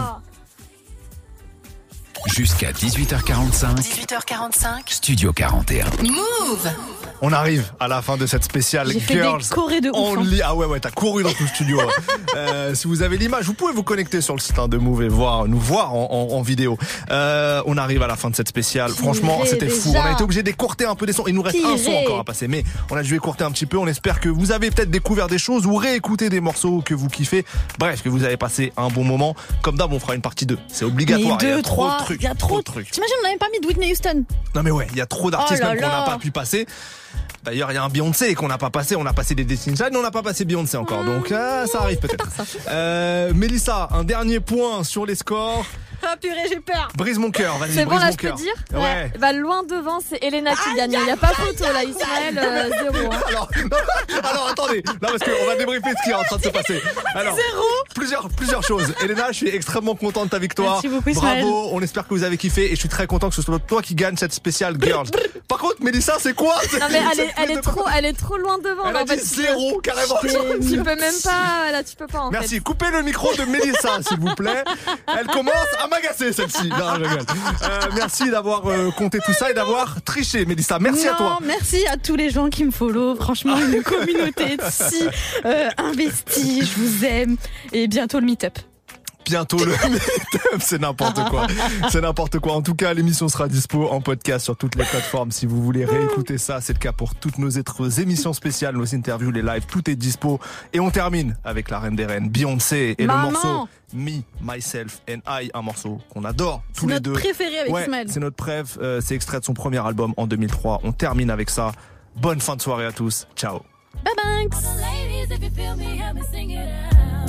Jusqu'à 18h45. 18h45. Studio 41. Move. On arrive à la fin de cette spéciale Girls Only. Ah ouais, t'as couru dans tout le studio. Si vous avez l'image, vous pouvez vous connecter sur le site de Move et nous voir en vidéo. On arrive à la fin de cette spéciale. Franchement, c'était fou. On a été obligé d'écourter un peu des sons. Il nous reste un son encore à passer, mais on a dû écourter un petit peu. On espère que vous avez peut-être découvert des choses ou réécouté des morceaux que vous kiffez. Bref, que vous avez passé un bon moment. Comme d'hab, on fera une partie 2. C'est obligatoire. Il y a trop de trucs. Il y a trop de trucs. T'imagines, on n'avait pas mis de Whitney Houston. Non mais ouais, il y a trop d'artistes même qu'on n'a pas pu passer. D'ailleurs, il y a un Beyoncé qu'on n'a pas passé. On a passé des Destiny's Child, mais on n'a pas passé Beyoncé encore. Donc, ça arrive peut-être. Mélissa, un dernier point sur les scores. purée, j'ai peur. Brise mon cœur, vas-y, C'est bon, brise là, mon je peux cœur. dire Ouais. Bah, loin devant, c'est Elena qui gagne. Il n'y a pas photo, là, Ismaël, 0. Hein. Alors, attendez. Non, parce qu'on va débriefer ce qui est en train de se passer. Alors, plusieurs choses. Elena, je suis extrêmement content de ta victoire. Merci beaucoup, Ismaël. Bravo, on espère que vous avez kiffé et je suis très content que ce soit toi qui gagne cette spéciale Girls. Par contre, Mélissa, c'est quoi? Non, mais elle est trop loin devant. Elle a dit 0, carrément. Tu peux même pas, là, tu peux pas, en fait. Merci. Coupez le micro de Mélissa, s'il vous plaît. Elle commence à m'agacer, celle-ci. Non, je rigole. Merci d'avoir compté tout ça et d'avoir triché, Mélissa. Merci à toi. Merci à tous les gens qui me follow. Franchement, une communauté si investie. Je vous aime. Et bientôt le meet-up. Bientôt le meet-up, c'est n'importe quoi. C'est n'importe quoi. En tout cas, l'émission sera dispo en podcast sur toutes les plateformes. Si vous voulez réécouter ça, c'est le cas pour toutes nos autres émissions spéciales, nos interviews, les lives, tout est dispo. Et on termine avec la reine des reines, Beyoncé, et Maman. le morceau Me, Myself and I, un morceau qu'on adore tous les deux. C'est notre préféré avec Ismaël. C'est notre préf, c'est extrait de son premier album en 2003. On termine avec ça. Bonne fin de soirée à tous. Ciao. Bye bye. Ladies, if you feel me, help me sing it out.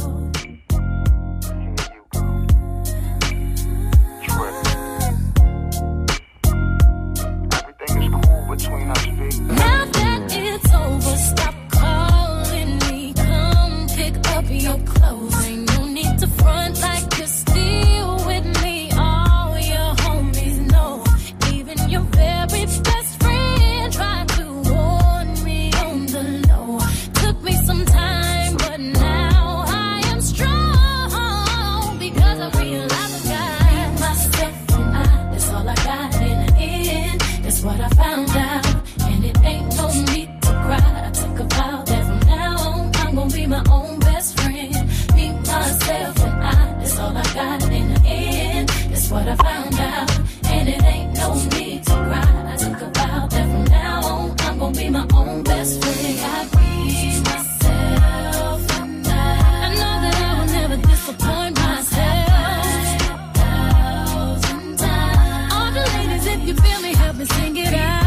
Now that it's over, stop calling me. Come pick up your clothes. Ain't no need to front like you're still with me. All your homies know, even your very best friend tried to warn me on the low. Took me some time, but now I am strong because I realized I got myself and I. That's all I got in the end. That's what I found out. Ain't no need to cry. I took a vow that from now on I'm gonna be my own best friend. Be myself and I. That's all I got in the end. That's what I found out. And it ain't no need to cry. I took a vow that from now on I'm gonna be my own best friend. I be myself and I know that I will never disappoint myself. 1,000 times. All the ladies, if you feel me, help me sing it out.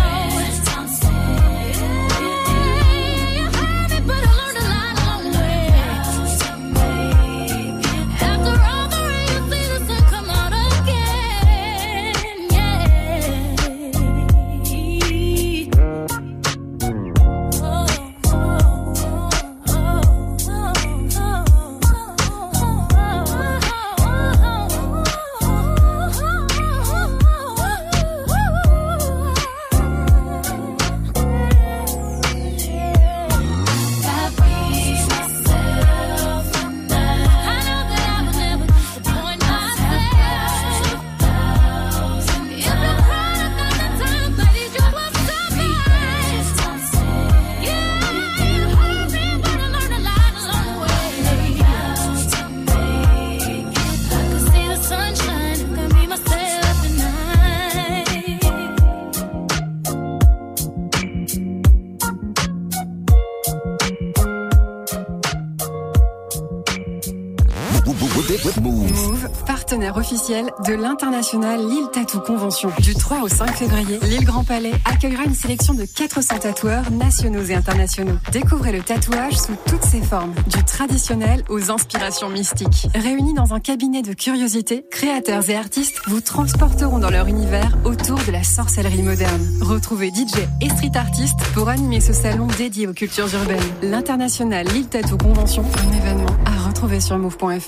Move, partenaire officiel de l'international Lille Tattoo Convention. Du 3 au 5 février, Lille Grand Palais accueillera une sélection de 400 tatoueurs nationaux et internationaux. Découvrez le tatouage sous toutes ses formes, du traditionnel aux inspirations mystiques. Réunis dans un cabinet de curiosité, créateurs et artistes vous transporteront dans leur univers autour de la sorcellerie moderne. Retrouvez DJ et street artistes pour animer ce salon dédié aux cultures urbaines. L'international Lille Tattoo Convention, un événement à retrouver sur move.fr.